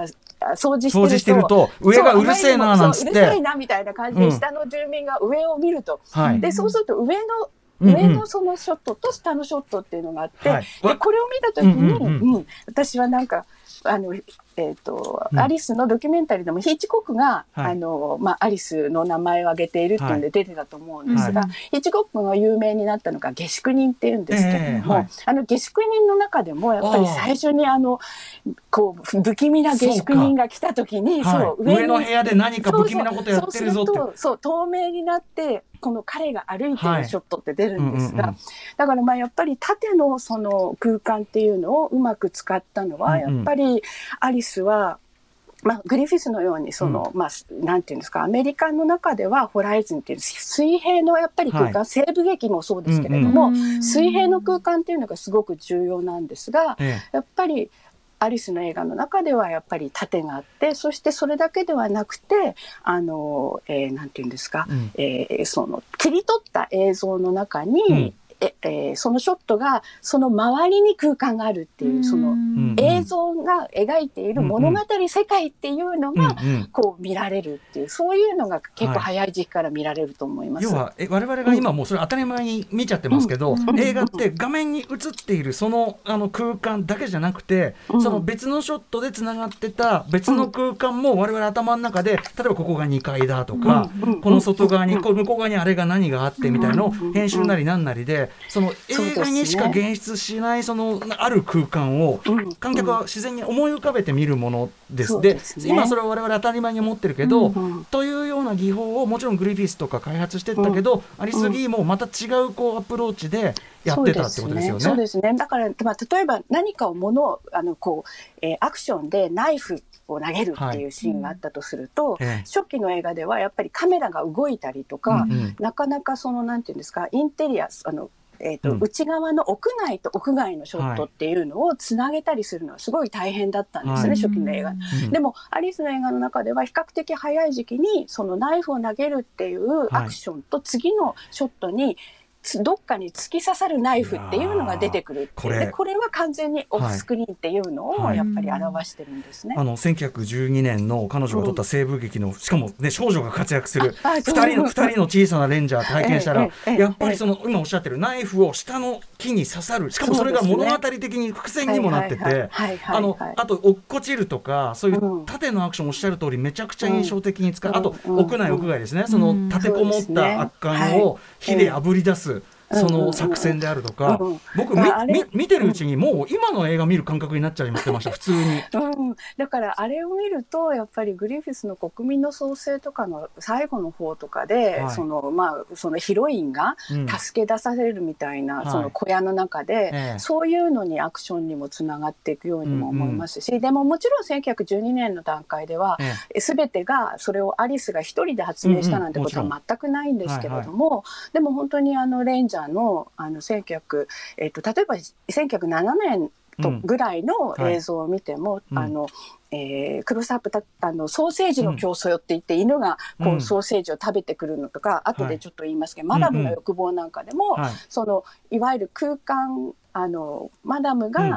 D: 掃除してる と, 掃除してると
B: 上がうるせえななんつって、
D: うるさいなみたいな感じで、うん、下の住民が上を見ると、はい、でそうすると上の上のそのショットと下のショットっていうのがあって、はい、でこれを見た時に、うんうんうんうん、私はなんかあの、えーとうん、アリスのドキュメンタリーでもヒッチコックが、はい、あのまあ、アリスの名前を挙げているっていうんで出てたと思うんですが、はい、ヒッチコックが有名になったのが下宿人っていうんですけれども、えーはい、あの下宿人の中でもやっぱり最初にあのこう不気味な下宿人が来た時に、
B: そう、
D: そう
B: 上, 上の部屋で何か不気味なことやってるぞって、
D: そうそう、そう透明になってこの彼が歩いてるショットって出るんですが、はい、うんうんうん、だからまあやっぱり縦のその空間っていうのをうまく使ったのは、やっぱりアリスは、まあ、グリフィスのようにその、うん、まあ、なんていうんですか、アメリカの中ではホライズンっていう水平のやっぱり空間、はい、西部劇もそうですけれども、うんうん、水平の空間っていうのがすごく重要なんですが、ええ、やっぱりアリスの映画の中ではやっぱり縦があって、そしてそれだけではなくて、あの、えー、なんていうんですか、うん、えー、その切り取った映像の中に、うん、ええー、そのショットがその周りに空間があるっていう、その映像が描いている物語世界っていうのがこう見られるっていう、そういうのが結構早い時期から見られると思います。
B: 要はえ我々が今もうそれ当たり前に見ちゃってますけど、うん、映画って画面に映っているその、あの空間だけじゃなくて、うん、その別のショットでつながってた別の空間も我々頭の中で、例えばここがにかいだとか、うん、この外側にこう向こう側にあれが何があってみたいなのを編集なりなんなりで、その映画にしか現出しないそのある空間を観客は自然に思い浮かべて見るものです。で、今それを我々当たり前に思ってるけど、うんうん、というような技法をもちろんグリフィスとか開発してったけど、うん、アリス・ギーもまた違うこうアプローチでやってたってことですよね。
D: そうですね。だから、まあ、例えば何かを物をあのこう、えー、アクションでナイフを投げるっていうシーンがあったとすると、はい、うん、初期の映画ではやっぱりカメラが動いたりとか、うんうん、なかなかそのなんていうんですか、インテリア、あのえーとうん、内側の屋内と屋外のショットっていうのをつなげたりするのはすごい大変だったんですね、はい、初期の映画、うん、でもアリスの映画の中では比較的早い時期にそのナイフを投げるっていうアクションと次のショットにどっかに突き刺さるナイフっていうのが出てくるってこれ、でこれは完全にオフスクリーンっていうのをやっぱり表してるんですね、
B: はいはい、あのせんきゅうひゃくじゅうにねんの彼女が撮った西部劇の、しかも、ね、少女が活躍するふたりの、ふたりの小さなレンジャー体験したら、えええ、やっぱりその今おっしゃってるナイフを下の木に刺さる、しかもそれが物語的に伏線にもなってて、あのあと落っこちるとかそういう縦のアクションおっしゃる通りめちゃくちゃ印象的に使う、うん、あと屋内屋外ですね、その立てこもった圧巻を火で炙り出すその作戦であるとか、うんうん、僕みみ見てるうちにもう今の映画見る感覚になっちゃいました普通に、
D: うん、だからあれを見るとやっぱりグリフィスの国民の創生とかの最後の方とかで、はい、そのまあそのヒロインが助け出されるみたいな、うん、その小屋の中で、はい、そういうのにアクションにもつながっていくようにも思いますし、うんうん、でももちろんせんきゅうひゃくじゅうにねんの段階では、ええ、全てがそれをアリスが一人で発明したなんてことは全くないんですけれども、うんうん、はいはい、でも本当にあのレンジャーのあのせんきゅうひゃく、えー、と例えばせんきゅうひゃくななねんとぐらいの映像を見ても、うん、はい、あのえー、クロスアップたあのソーセージの競争って言って、うん、犬がこうソーセージを食べてくるのとか、うん、後でちょっと言いますけど、はい、マダムの欲望なんかでも、うんうん、そのいわゆる空間、あのマダムが、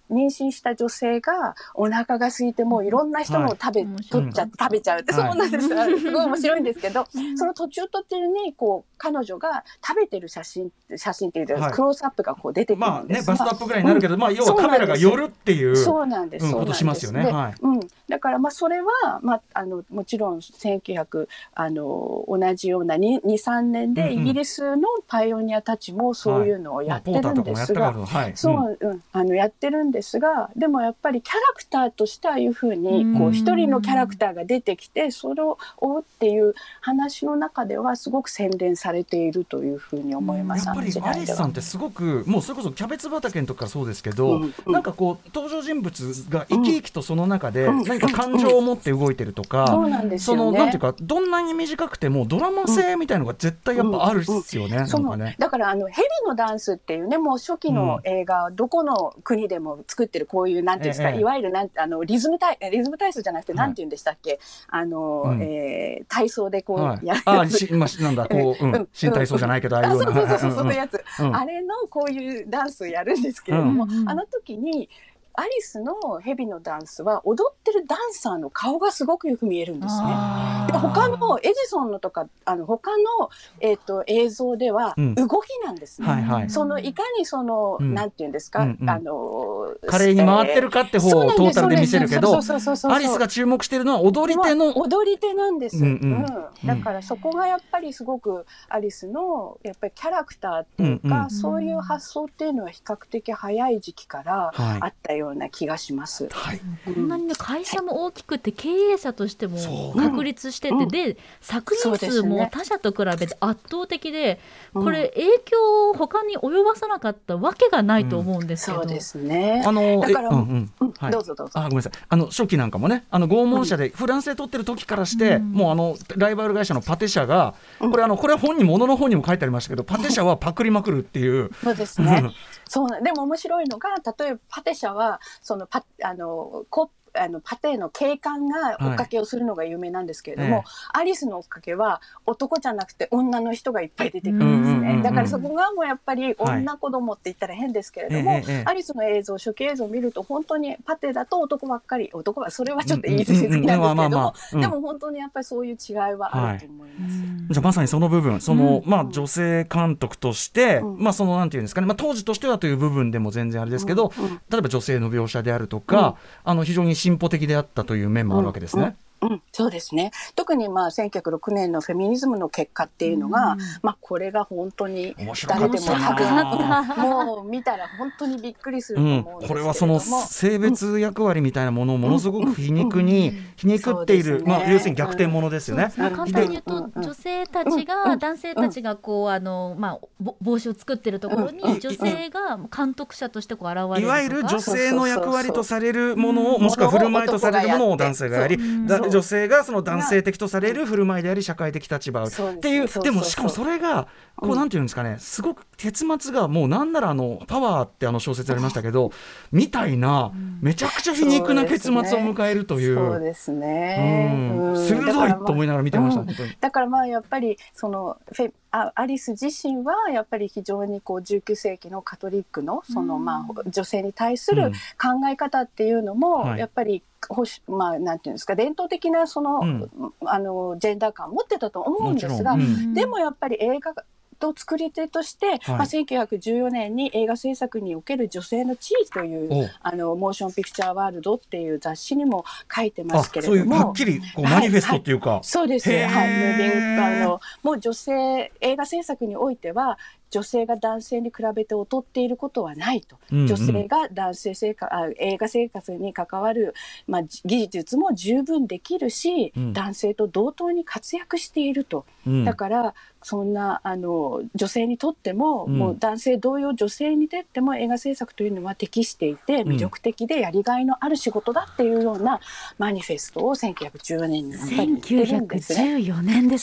D: 妊娠した女性がお腹が空いてもういろんな人のを食べ、はい、取っちゃって食べちゃうって、うん、そうなんです、はい、すごい面白いんですけどその途中途中にこう彼女が食べてる写真写真っていう、はい、クローズアップがこう出てくるんです、
B: まあね、バストアップぐらいになるけど、うんまあ、要はカメラが寄るっていう
D: そうなんです、
B: うん、ことしますよね、はい
D: うん、だからまあそれは、まあ、あのもちろんせんきゅうひゃくあの同じような にじゅうさんねんでイギリスのパイオニアたちもそういうのをやってるんですが、そううん、あのやってるんですがでもやっぱりキャラクターとしてああいうふうにこう一人のキャラクターが出てきてそれを追うっていう話の中ではすごく洗練されているというふうに思います。
B: やっぱりアリスさんってすごくもうそれこそキャベツ畑の時からそうですけど、うんうん、なんかこう登場人物が生き生きとその中で何か感情を持って動いてるとか、うんうん、そうなんですよね、そのなんていうかどんなに短くてもドラマ性みたいなのが絶対やっぱあるっすよね、うんうんうん、
D: そうなんかね、だからあのヘビのダンスっていうねもう初期の映画、うん、どこの国でも作ってるこういうなんていうんですか、ええ、いわゆるなんあのリズム体リズム体操じゃなくて、はい、なんていうんでしたっけあの、うんえー、体操でこう、はい、やる
B: あし、まあ、なんだこう、うんうん、新体操じゃないけどああいうような
D: そうそうそうそうそうやつ、うん、あれのこういうダンスをやるんですけれども、うん、あの時にアリスのヘビのダンスは踊ってるダンサーの顔がすごくよく見えるんですね。で他のエジソンのとかあの他の、えー、と映像では動きなんですね、うんはいはい、そのいかにその、うん、なんていうんですか、うんうん、あの
B: 華麗に回ってるかって方をトータルで見せるけどアリスが注目してるのは踊り手の、
D: まあ、踊り手なんです、うんうんうん、だからそこがやっぱりすごくアリスのやっぱりキャラクターっていうか、うんうん、そういう発想っていうのは比較的早い時期からあったような気がします、
C: はい、こんなに、ね、会社も大きくて経営者としても確立してて、うん、で作品数も他社と比べて圧倒的で、うん、これ影響を他に及ばさなかったわけがないと思うんですけど、
D: うん、そうですね
B: あの
D: だから、
B: うんうんはい、
D: どうぞどうぞ
B: あごめんなさいあの初期なんかもねあの拷問社でフランスで撮ってる時からして、うん、もうあのライバル会社のパテ社がこれあのこれは本に物の本にも書いてありましたけどパテ社はパクりまくるっていう
D: そうですねそうなでも面白いのが例えばパテ社はそのパあのコあのパテの警官が追っかけをするのが有名なんですけれども、はいアリスの追っかけは男じゃなくて女の人がいっぱい出てくるんですね、うんうんうんうん、だからそこがもうやっぱり女子供って言ったら変ですけれども、はいええ、アリスの映像初期映像を見ると本当にパテだと男ばっかり男はそれはちょっと言い過ぎなんですけれどもでも本当にやっぱりそういう違いはあると思います、はい、
B: じゃあまさにその部分その、うんまあ、女性監督として、うんまあ、そのなんていうんですかね、まあ、当時としてはという部分でも全然あれですけど、うんうん、例えば女性の描写であるとか、うん、あの非常に進歩的であったという面もあるわけですね、うんうん
D: うん、そうですね。特にまあせんきゅうひゃくろくねんのフェミニズムの結果っていうのが、うんまあ、これが本当に誰でも多分もう見たら本当にびっくりすると思うんですけれども、うん、
B: これはその性別役割みたいなものをものすごく皮肉に、うんうん、皮肉っている、ねまあ、要するに逆転ものですよね、
C: うんまあ、簡単に言うと女性たちが、うん、男性たちがこうあの、まあ、帽子を作ってるところに女性が監督者としてこう現れるとかい
B: わゆる女性の役割とされるものをもしくは振る舞いとされるものを男性がやり女性がその男性的とされる振る舞いであり社会的立場っていうでもしかもそれがこうなんていうんですかねすごく結末がもうなんならあのパワーってあの小説ありましたけどみたいなめちゃくちゃ皮肉な結末を迎えるという
D: そうですね、
B: うん、鋭いと思いながら見てました、
D: うん、だからまあやっぱりそのフェあアリス自身はやっぱり非常にこうじゅうきゅう世紀のカトリックのそのまあ女性に対する考え方っていうのもやっぱりまあなんていうんですか伝統的なその、うん、あのジェンダー感を持ってたと思うんですが、うん、でもやっぱり映画と作り手として、はいまあ、せんきゅうひゃくじゅうよねんに映画制作における女性の地位というあのモーションピクチャーワールドっていう雑誌にも書いてますけれども、
B: そういうはっきりこうマニフェストっていうか、はいはい、
D: そうです、はい、ムービングあのもう女性映画制作においては女性が男性に比べて劣っていることはないと、うんうん、女性が男性生活あ映画生活に関わる、まあ、技術も十分できるし、うん、男性と同等に活躍していると、うん、だからそんなあの女性にとっても、うん、もう男性同様女性にとっても映画制作というのは適していて魅力的でやりがいのある仕事だっていうようなマニフェストをせんきゅうひゃくじゅうよねんにやっぱり言ってるんですね。
C: せんきゅうひゃくじゅうよねんです。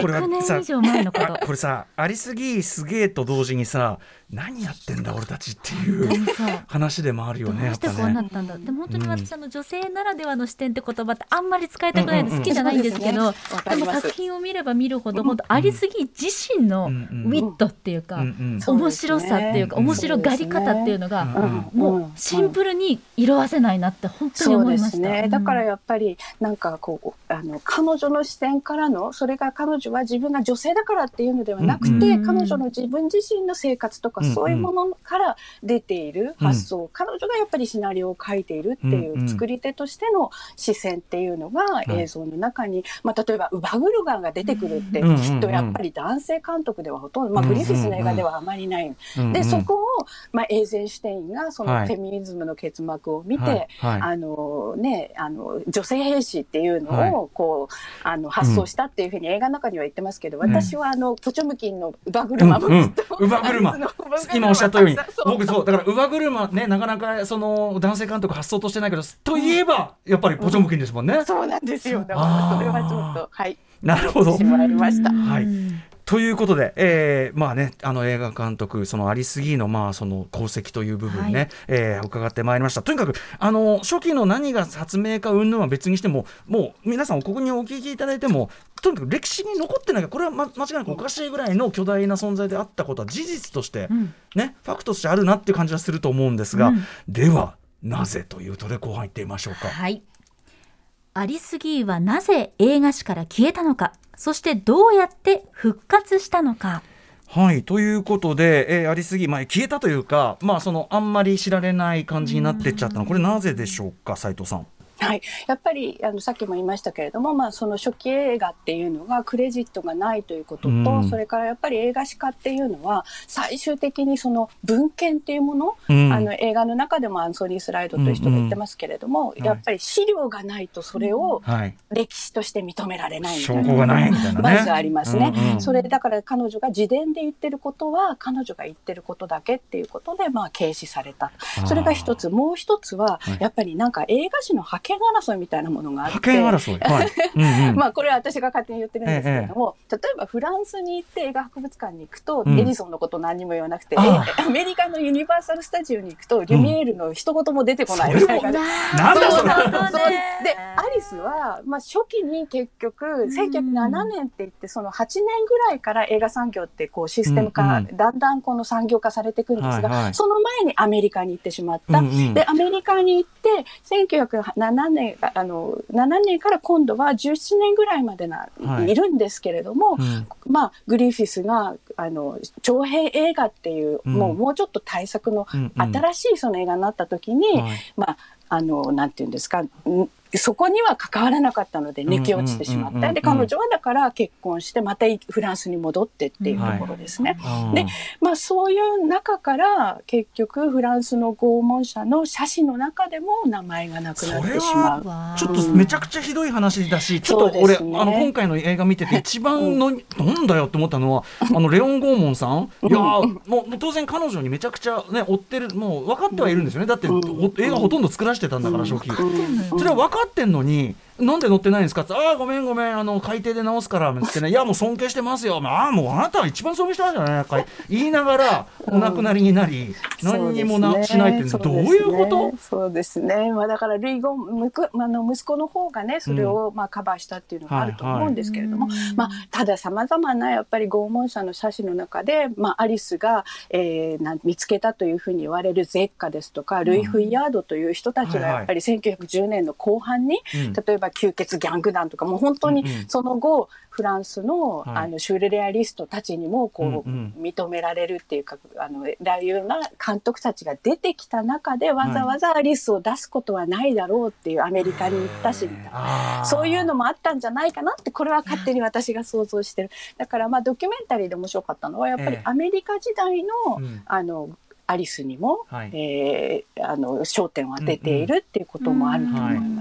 D: そうです、
B: まあ、これは
C: ひゃくねん以上前のこと
B: これさありすぎすげえと同時にさ何やってんだ俺たちっていう話でもあるよね。
C: どうしてこうなったんだ、ね、でも本当に私、うん、あの女性ならではの視点って言葉ってあんまり使いたくないので好きじゃないんですけど、うんうんうん、でも作品を見れば見るほど、うん、本当ありすぎ自身のウィットっていうか、うんうん、面白さっていうか、うんうん、面白がり方っていうのが、うん、もうシンプルに色あせないなって本当に思いました。そうですね、
D: だからやっぱりなんかこうあの彼女の視点からの、それが彼女は自分が女性だからっていうのではなくて、うんうん、彼女の自分自身の生活とか、うんうん、そういうものから出ている発想、うん、彼女がやっぱりシナリオを書いているっていう作り手としての視線っていうのが映像の中に、うんまあ、例えばウバグルガンが出てくるってきっとやっぱり男性監督ではほとんど、まあ、グリフィスの映画ではあまりない、うんうん、でそこを、まあ、エイゼンシュテインがそのフェミニズムの結膜を見て、はいはい、あのね、あの女性兵士っていうのをこう、はい、あの発想したっていうふうに映画の中には言ってますけど、うん、私はあのポチョムキンのウバグルマも、うんうん、
B: ウバグルマ今おっしゃったように僕そうだからウバグルマね、なかなかその男性監督発想としてないけどといえばやっぱりポチョムキンですもんね、うん、
D: そうなんですよ。だからそれはちょっとはい
B: なるほど
D: してもらいました。
B: はいということで、えー、まあね、あの映画監督そのアリス・ギーのまあその功績という部分ね、はいえー、伺ってまいりました。とにかくあの初期の何が発明か云々は別にしても、もう皆さんここにお聞きいただいてもとにかく歴史に残ってない、これは、ま、間違いなくおかしいぐらいの巨大な存在であったことは事実として、うん、ねファクトとしてあるなっていう感じはすると思うんですが、うん、ではなぜというとで後半いってみましょうか。
C: はい、アリス・ギーはなぜ映画史から消えたのか、そしてどうやって復活したのか。
B: はいということで、えー、アリス・ギー、まあ、消えたというか、まあ、そのあんまり知られない感じになってっちゃったの、これなぜでしょうか、斉藤さん。
D: はい、やっぱりあのさっきも言いましたけれども、まあ、その初期映画っていうのがクレジットがないということと、うん、それからやっぱり映画史家っていうのは最終的にその文献っていうもの、うん、あの映画の中でもアンソニー・スライドという人が言ってますけれども、うんうん、やっぱり資料がないとそれを歴史として認められないみたいな、
B: 証拠がないみたいなね、
D: まずありますね、うんうん、それだから彼女が自伝で言ってることは彼女が言ってることだけっていうことで、まあ、軽視された。それが一つ。もう一つはやっぱりなんか映画史の覇権争いみたいなものがあって、
B: 覇権争い、はいうんうん、
D: まあこれは私が勝手に言ってるんですけれども、ええ、例えばフランスに行って映画博物館に行くと、うん、エジソンのこと何にも言わなくて、アメリカのユニバーサルスタジオに行くとリュミエールの一言も出てこないみたいな、うん、
B: なんだそれ。
D: でアリスは、まあ、初期に結局せんきゅうひゃくななねんって言ってそのはちねんぐらいから映画産業ってこうシステム化、うんうん、だんだんこの産業化されていくんですが、はいはい、その前にアメリカに行ってしまった、うんうん、でアメリカに行ってせんきゅうひゃくななねんあのななねんから今度はじゅうななねんぐらいまでな、はい、いるんですけれども、うん、まあグリフィスがあの長編映画っていう、うん、もうもうちょっと大作の新しいその映画になった時に、うんうん、まああのなんていうんですか、そこには関わらなかったので抜け落ちてしまった。で彼女はだから結婚してまたフランスに戻ってっていうところですね、はい、で、まあ、そういう中から結局フランスの拷問者の写真の中でも名前がなくなってしまう。
B: ちょっとめちゃくちゃひどい話だし、うん、ちょっと俺、ね、あの今回の映画見てて一番の、うん、なんだよって思ったのはあのレオン・ゴーモンさん、いやもう当然彼女にめちゃくちゃ、ね、追ってる、もう分かってはいるんですよね。だって、うん、映画ほとんど作らせてたんだから初期、うん、それは分かってんのになんで乗ってないんですかって、ああごめんごめんあの海底で直すからってね、いやもう尊敬してますよ、ああもうあなたは一番尊敬してますよね言いながらお亡くなりになり、うん、何にもな、ね、しないってどういうこと？
D: そうですね、まあ、だからルイゴンあの息子の方がねそれをまあカバーしたっていうのがあると思うんですけれども、うんはいはいまあ、たださまざまなやっぱり拷問者の写真の中で、まあ、アリスが、えー、な見つけたというふうに言われるゼッカですとかルイ・フイヤードという人たちがやっぱりせんきゅうひゃくじゅうねんの後半に、うん、例えば吸血ギャング団とかもう本当にその後、うんうん、フランス の,、はい、あのシューレアリストたちにもこう、うんうん、認められるっていうかあのああいうような監督たちが出てきた中でわざわざアリスを出すことはないだろうっていう、アメリカに行ったしみたいな、そういうのもあったんじゃないかなって、これは勝手に私が想像してる。だからまあドキュメンタリーで面白かったのはやっぱりアメリカ時代の、えー、あのアリスにも、はいえー、あの焦点を当てているっていうこともあると思いま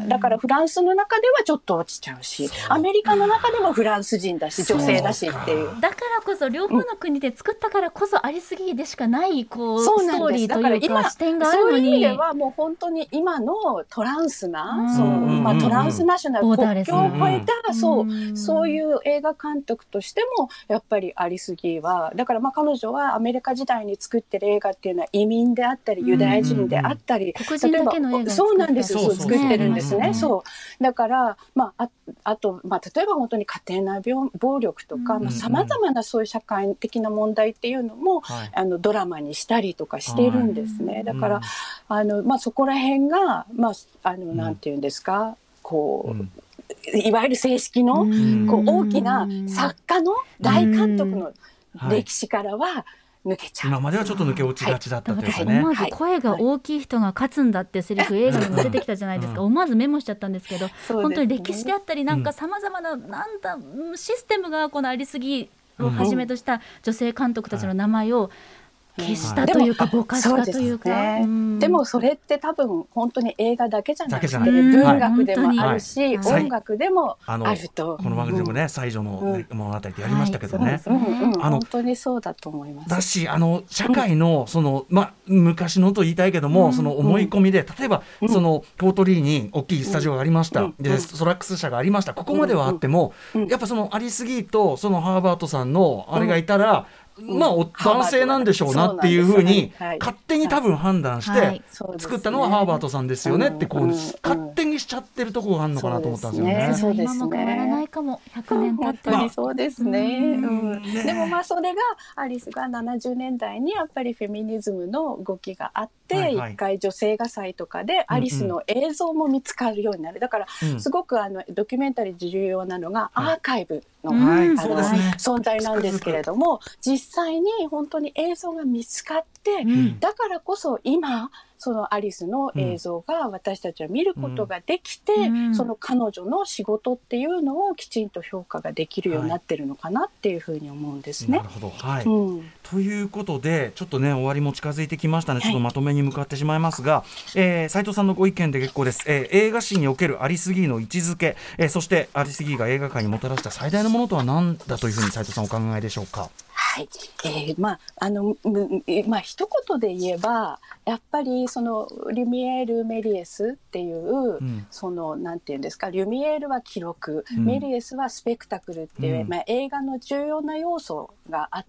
D: だからフランスの中ではちょっと落ちちゃうし、アメリカの中でもフランス人だし女性だしっていう。
C: だからこそ両方の国で作ったからこそありすぎでしかないこう
D: そう
C: ストーリーというか
D: 今
C: 視点があるのに、
D: そういう意味ではもう本当に今のトランスな、そのまあ、トランスナショナル国境を越えた、そうそういう映画監督としてもやっぱりアリス・ギーは、だからまあ彼女はアメリカ時代に作ってる映画っていうのは移民であったりユダヤ人であったり、
C: 黒人だけの映画を
D: そうなんですよ、
B: そうそう
D: 作ってるんですね。
B: うん、
D: そうだからまあ あ, あと、まあ、例えば本当に家庭内暴力とかさまざ、まなそういう社会的な問題っていうのも、はい、あのドラマにしたりとかしてるんですね。はい、だから、うん、あのまあ、そこら辺が、まあ、あのなんていうんですか、うん、こう、うんいわゆる正式のこう大きな作家の大監督の歴史からは抜けちゃう。
B: 今まではちょっと抜け落ちがちだったというかね。
C: 思わず声が大きい人が勝つんだってセリフ映画にも出てきたじゃないですか。思わずメモしちゃったんですけど、本当に歴史であったりなんかさまざまななんだシステムがこのありすぎをはじめとした女性監督たちの名前を消したというか、ぼかしたというか、
D: ね、うん、でもそれって多分本当に映画だけじゃなくて文学でもあるし、はい、音楽でもあると、
B: この番組でもね、西条の物語ってやりましたけどね、
D: 本当にそうだと思います。
B: だし、あの社会のその、まあ、昔のと言いたいけども、うん、その思い込みで、例えば、うん、そのポートリーに大きいスタジオがありました、うん、でソラックス社がありました、ここまではあっても、うんうん、やっぱそのアリス・ギーとそのハーバートさんのあれがいたら、うん、まあ男性なんでしょうなっていうふうに勝手に多分判断して作ったのはハーバートさんですよねってこう勝手にしちゃってるところがあるのかなと思ったんですよね。
C: そうですね。今も変わらないかもひゃくねん経っても。
D: 本当にそうですね。うん、でもまあそれがアリスがななじゅうねんだいにやっぱりフェミニズムの動きがあって、はいはい、一回女性画祭とかでアリスの映像も見つかるようになる。だからすごくあのドキュメンタリーで重要なのがアーカイブの、はい、あの存在なんですけれども、実際に本当に映像が見つかって、うん、だからこそ今そのアリスの映像が私たちは見ることができて、うん、その彼女の仕事っていうのをきちんと評価ができるようになってるのかなっていうふうに思うんですね。
B: なるほど、はい、うん、ということでちょっとね終わりも近づいてきましたので、ちょっとまとめに向かってしまいますが、はい、えー、斉藤さんのご意見で結構です。えー、映画史におけるアリス・ギーの位置づけ、えー、そしてアリス・ギーが映画界にもたらした最大のものとは何だというふうに斉藤さんお考えでしょうか。
D: はい、えー、まああのまあ一言で言えばやっぱりそのリュミエール・メリエスっていう、うん、そのなんていうんですか、リュミエールは記録、うん、メリエスはスペクタクルっていう、うん、まあ、映画の重要な要素があって、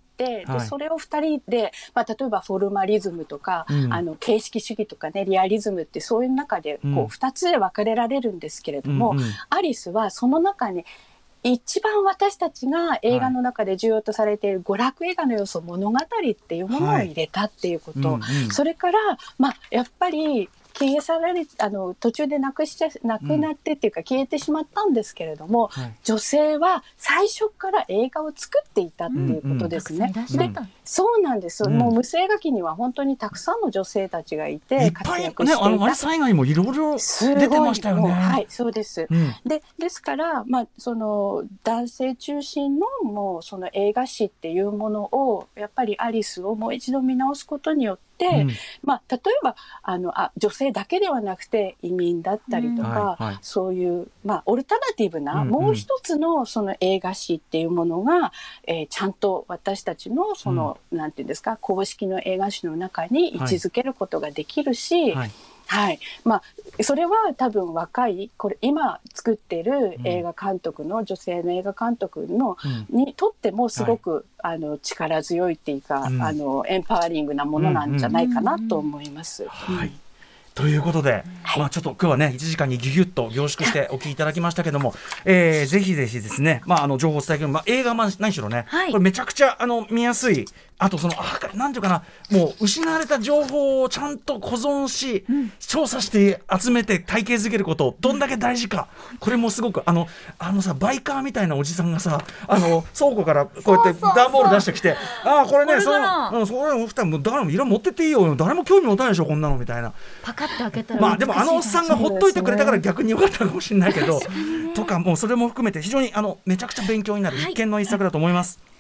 D: はい、でそれをふたりで、まあ、例えばフォルマリズムとか、うん、あの形式主義とかね、リアリズムってそういう中でこうふたつで分かれられるんですけれども、うんうん、アリスはその中に一番私たちが映画の中で重要とされている娯楽映画の要素、物語っていうものを入れたっていうこと、はい、うんうん、それから、まあ、やっぱり消え去られあの途中でなくしてなくなってっていうか、うん、消えてしまったんですけれども、はい、女性は最初から映画を作っていたっていうことですね。うんうん、で、そうなんです、うん、もう無声画期には本当にたくさんの女性たちがいて活躍していた。
B: ね、あのアリス以外もいろいろ出てましたよね。
D: はい、そうです。うん、でですから、まあ、その男性中心のもうその映画史っていうものをやっぱりアリスをもう一度見直すことによって、うん、まあ、例えばあのあ女性だけではなくて移民だったりとか、うん、はいはい、そういう、まあ、オルタナティブな、うんうん、もう一つのその映画史っていうものが、えー、ちゃんと私たちのその、うん、なんていうんですか、公式の映画史の中に位置づけることができるし、はいはいはい、まあ、それは多分若いこれ今作っている映画監督の、うん、女性の映画監督の、うん、にとってもすごく、はい、あの力強いっていうか、うん、あのエンパワリングなものなんじゃないかなと思います。
B: はい、ということで、はい、まあ、ちょっと今日はねいちじかんにギュギュッと凝縮してお聞きいただきましたけども、えー、ぜひぜひですね、まあ、あの情報を伝える、まあ、映画は何しろね、はい、これめちゃくちゃあの見やすい、あとそのあなんていうかな、もう失われた情報をちゃんと保存し、うん、調査して集めて体系づけることどんだけ大事か、これもすごくあのあのさバイカーみたいなおじさんがさ、あの倉庫からこうやって段ボール出してきて、ああこれね、その、うん、それも誰も色持ってっていいよ、誰も興味持たないでしょこんなのみたいな、
C: パカッと開けたら、
B: まあでもあのおっさんがほっといてくれたから逆に良かったかもしれないけど、ね、とかもうそれも含めて非常にあのめちゃくちゃ勉強になる必見の一作だと思います。はい、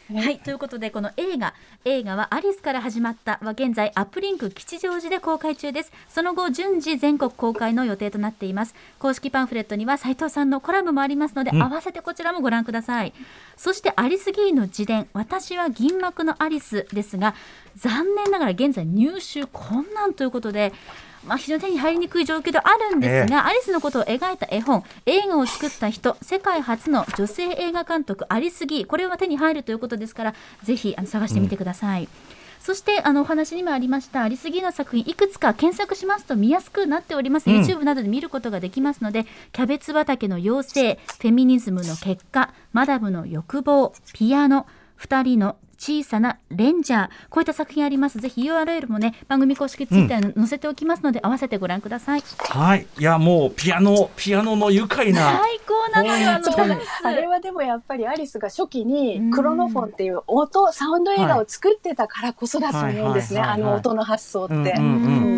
C: はい、ということでこの映画映画はアリスから始まったは現在アップリンク吉祥寺で公開中です。その後順次全国公開の予定となっています。公式パンフレットには斉藤さんのコラムもありますので、うん、合わせてこちらもご覧ください。そしてアリスギーの自伝私は銀幕のアリスですが、残念ながら現在入手困難ということで、まあ、非常に手に入りにくい状況ではあるんですが、えー、アリスのことを描いた絵本映画を作った人世界初の女性映画監督アリスギー、これは手に入るということですからぜひあの探してみてください、うん、そしてあのお話にもありましたアリスギーの作品いくつか検索しますと見やすくなっております、うん、YouTube などで見ることができますので、キャベツ畑の妖精、フェミニズムの結果、マダムの欲望、ピアノ、二人の小さなレンジャー、こういった作品あります。ぜひ ユーアールエル もね番組公式ツイッターに載せておきますので、うん、合わせてご覧ください。
B: はい、いやもうピアノピアノの愉快な
C: 最高なのよ、あのダンス。
D: あれはでもやっぱりアリスが初期にクロノフォンっていう音サウンド映画を作ってたからこそだと思うんですね、あの音の発想って、うんうんうん、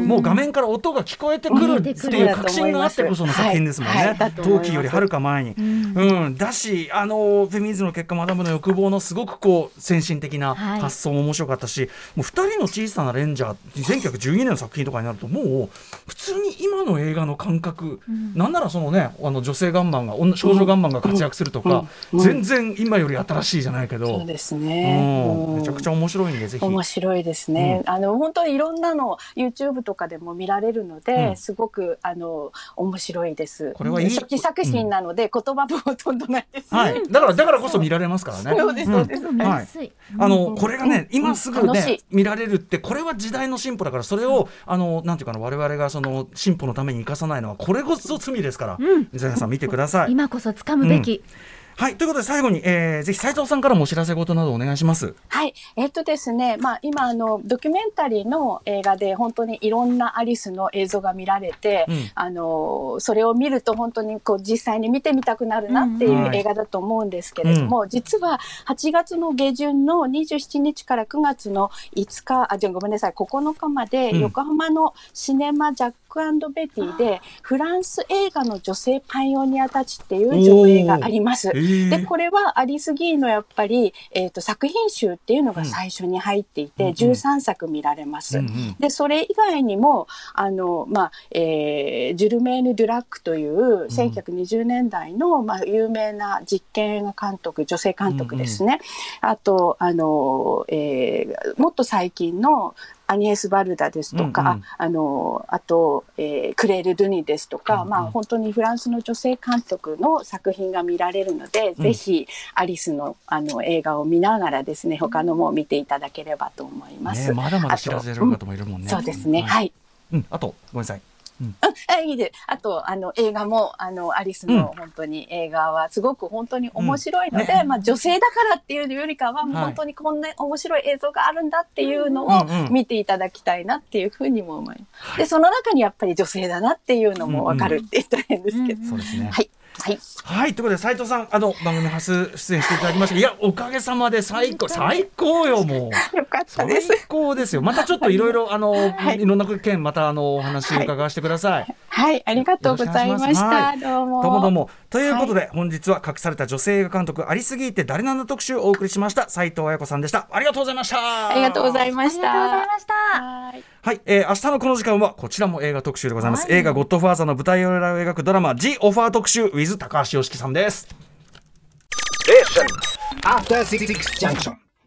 B: もう画面から音が聞こえてくるっていう確信があってこその作品ですもんね、はいはい、陶器よりはるか前に、うんうん、だしあのフェミニズムの結果マダムの欲望のすごくこう先進的な発想も面白かったし、はい、もうふたりの小さなレンジャーせんきゅうひゃくじゅうにねんの作品とかになるともう普通に今の映画の感覚、うん、なんならそのねあの女性ガンマンが少女ガンマンが活躍するとか、うんうん、全然今より新しいじゃないけど、
D: そうですね、
B: うん、めちゃくちゃ面白いんでぜひ
D: 面白いですね、うん、あの本当にいろんなの YouTube とかでも見られるので、うん、すごくあの面白いです。これはいい初期作品なので、うん、言葉もほとんどないです、ね、
B: はい、だからだからこそ見られますからね。
D: そうですそうです、うん
B: はい、あのこれがね今すぐね見られるって、これは時代の進歩だから、それをあのなんていうかな、我々がその進歩のために生かさないのはこれこそ罪ですから、うん、皆さん見てください。
C: 今こそ掴むべき、うん
B: はい、ということで最後に、えー、ぜひ斉藤さんからもお知らせ事などお願いします。
D: はい、えっとですね、まあ、今あのドキュメンタリーの映画で本当にいろんなアリスの映像が見られて、うん、あのそれを見ると本当にこう実際に見てみたくなるなっていう映画だと思うんですけれども、うん、実ははちがつの下旬のにじゅうしちにちからくがつのいつか、あ、じゃごめんなさい、ここのかまで横浜のシネマジャック&ベティでフランス映画の女性パイオニアたちっていう上映があります。でこれはアリスギーのやっぱり、えー、と作品集っていうのが最初に入っていて、うん、じゅうさんさく見られます、うんうん、でそれ以外にもあの、まあえー、ジュルメーヌ・ドゥラックというせんきゅうひゃくにじゅうねんだいの、まあ、有名な実験映画監督、女性監督ですね、うんうん、あとあの、えー、もっと最近のアニエス・バルダですとか、うんうん、あのあと、えー、クレール・ドゥニですとか、うんうん、まあ、本当にフランスの女性監督の作品が見られるので、うん、ぜひアリス の, あの映画を見ながらですね、他のも見ていただければと思います、
B: ね、まだまだ知らせる方もいるもんね、
D: うん、そうですね、はい、
B: うん、あとごめんなさい、うん、
D: あいいであとあの映画もあのアリスの本当に映画はすごく本当に面白いので、うんね、まあ、女性だからっていうよりかはもう本当にこんな面白い映像があるんだっていうのを見ていただきたいなっていうふうにも思います、うんうん、でその中にやっぱり女性だなっていうのも分かるって言ったら変ですけど、うんうん、
B: そうですね、
D: はいはい、
B: はい、ということで斉藤さんあの番組初出演していただきました。いやおかげさまで最高最高よ、もう
D: よかったです、
B: 最高ですよ。またちょっといろいろあの、はい、いろんな件またあのお話伺わせてください。
D: はい、はい、ありがとうございました、はい、どうも
B: どうもどうもということで、はい、本日は隠された女性映画監督アリスギーって誰なんだ特集をお送りしました。斉藤彩子さんでした。ありがとうございました。
D: ありがとうございました。
C: ありがとうございました。はい、
B: はい、えー、明日のこの時間はこちらも映画特集でございます、はい、映画ゴッドファーザーの舞台裏を描くドラマ The Offer 特集 with 高橋良樹さんです。
E: After Six Junction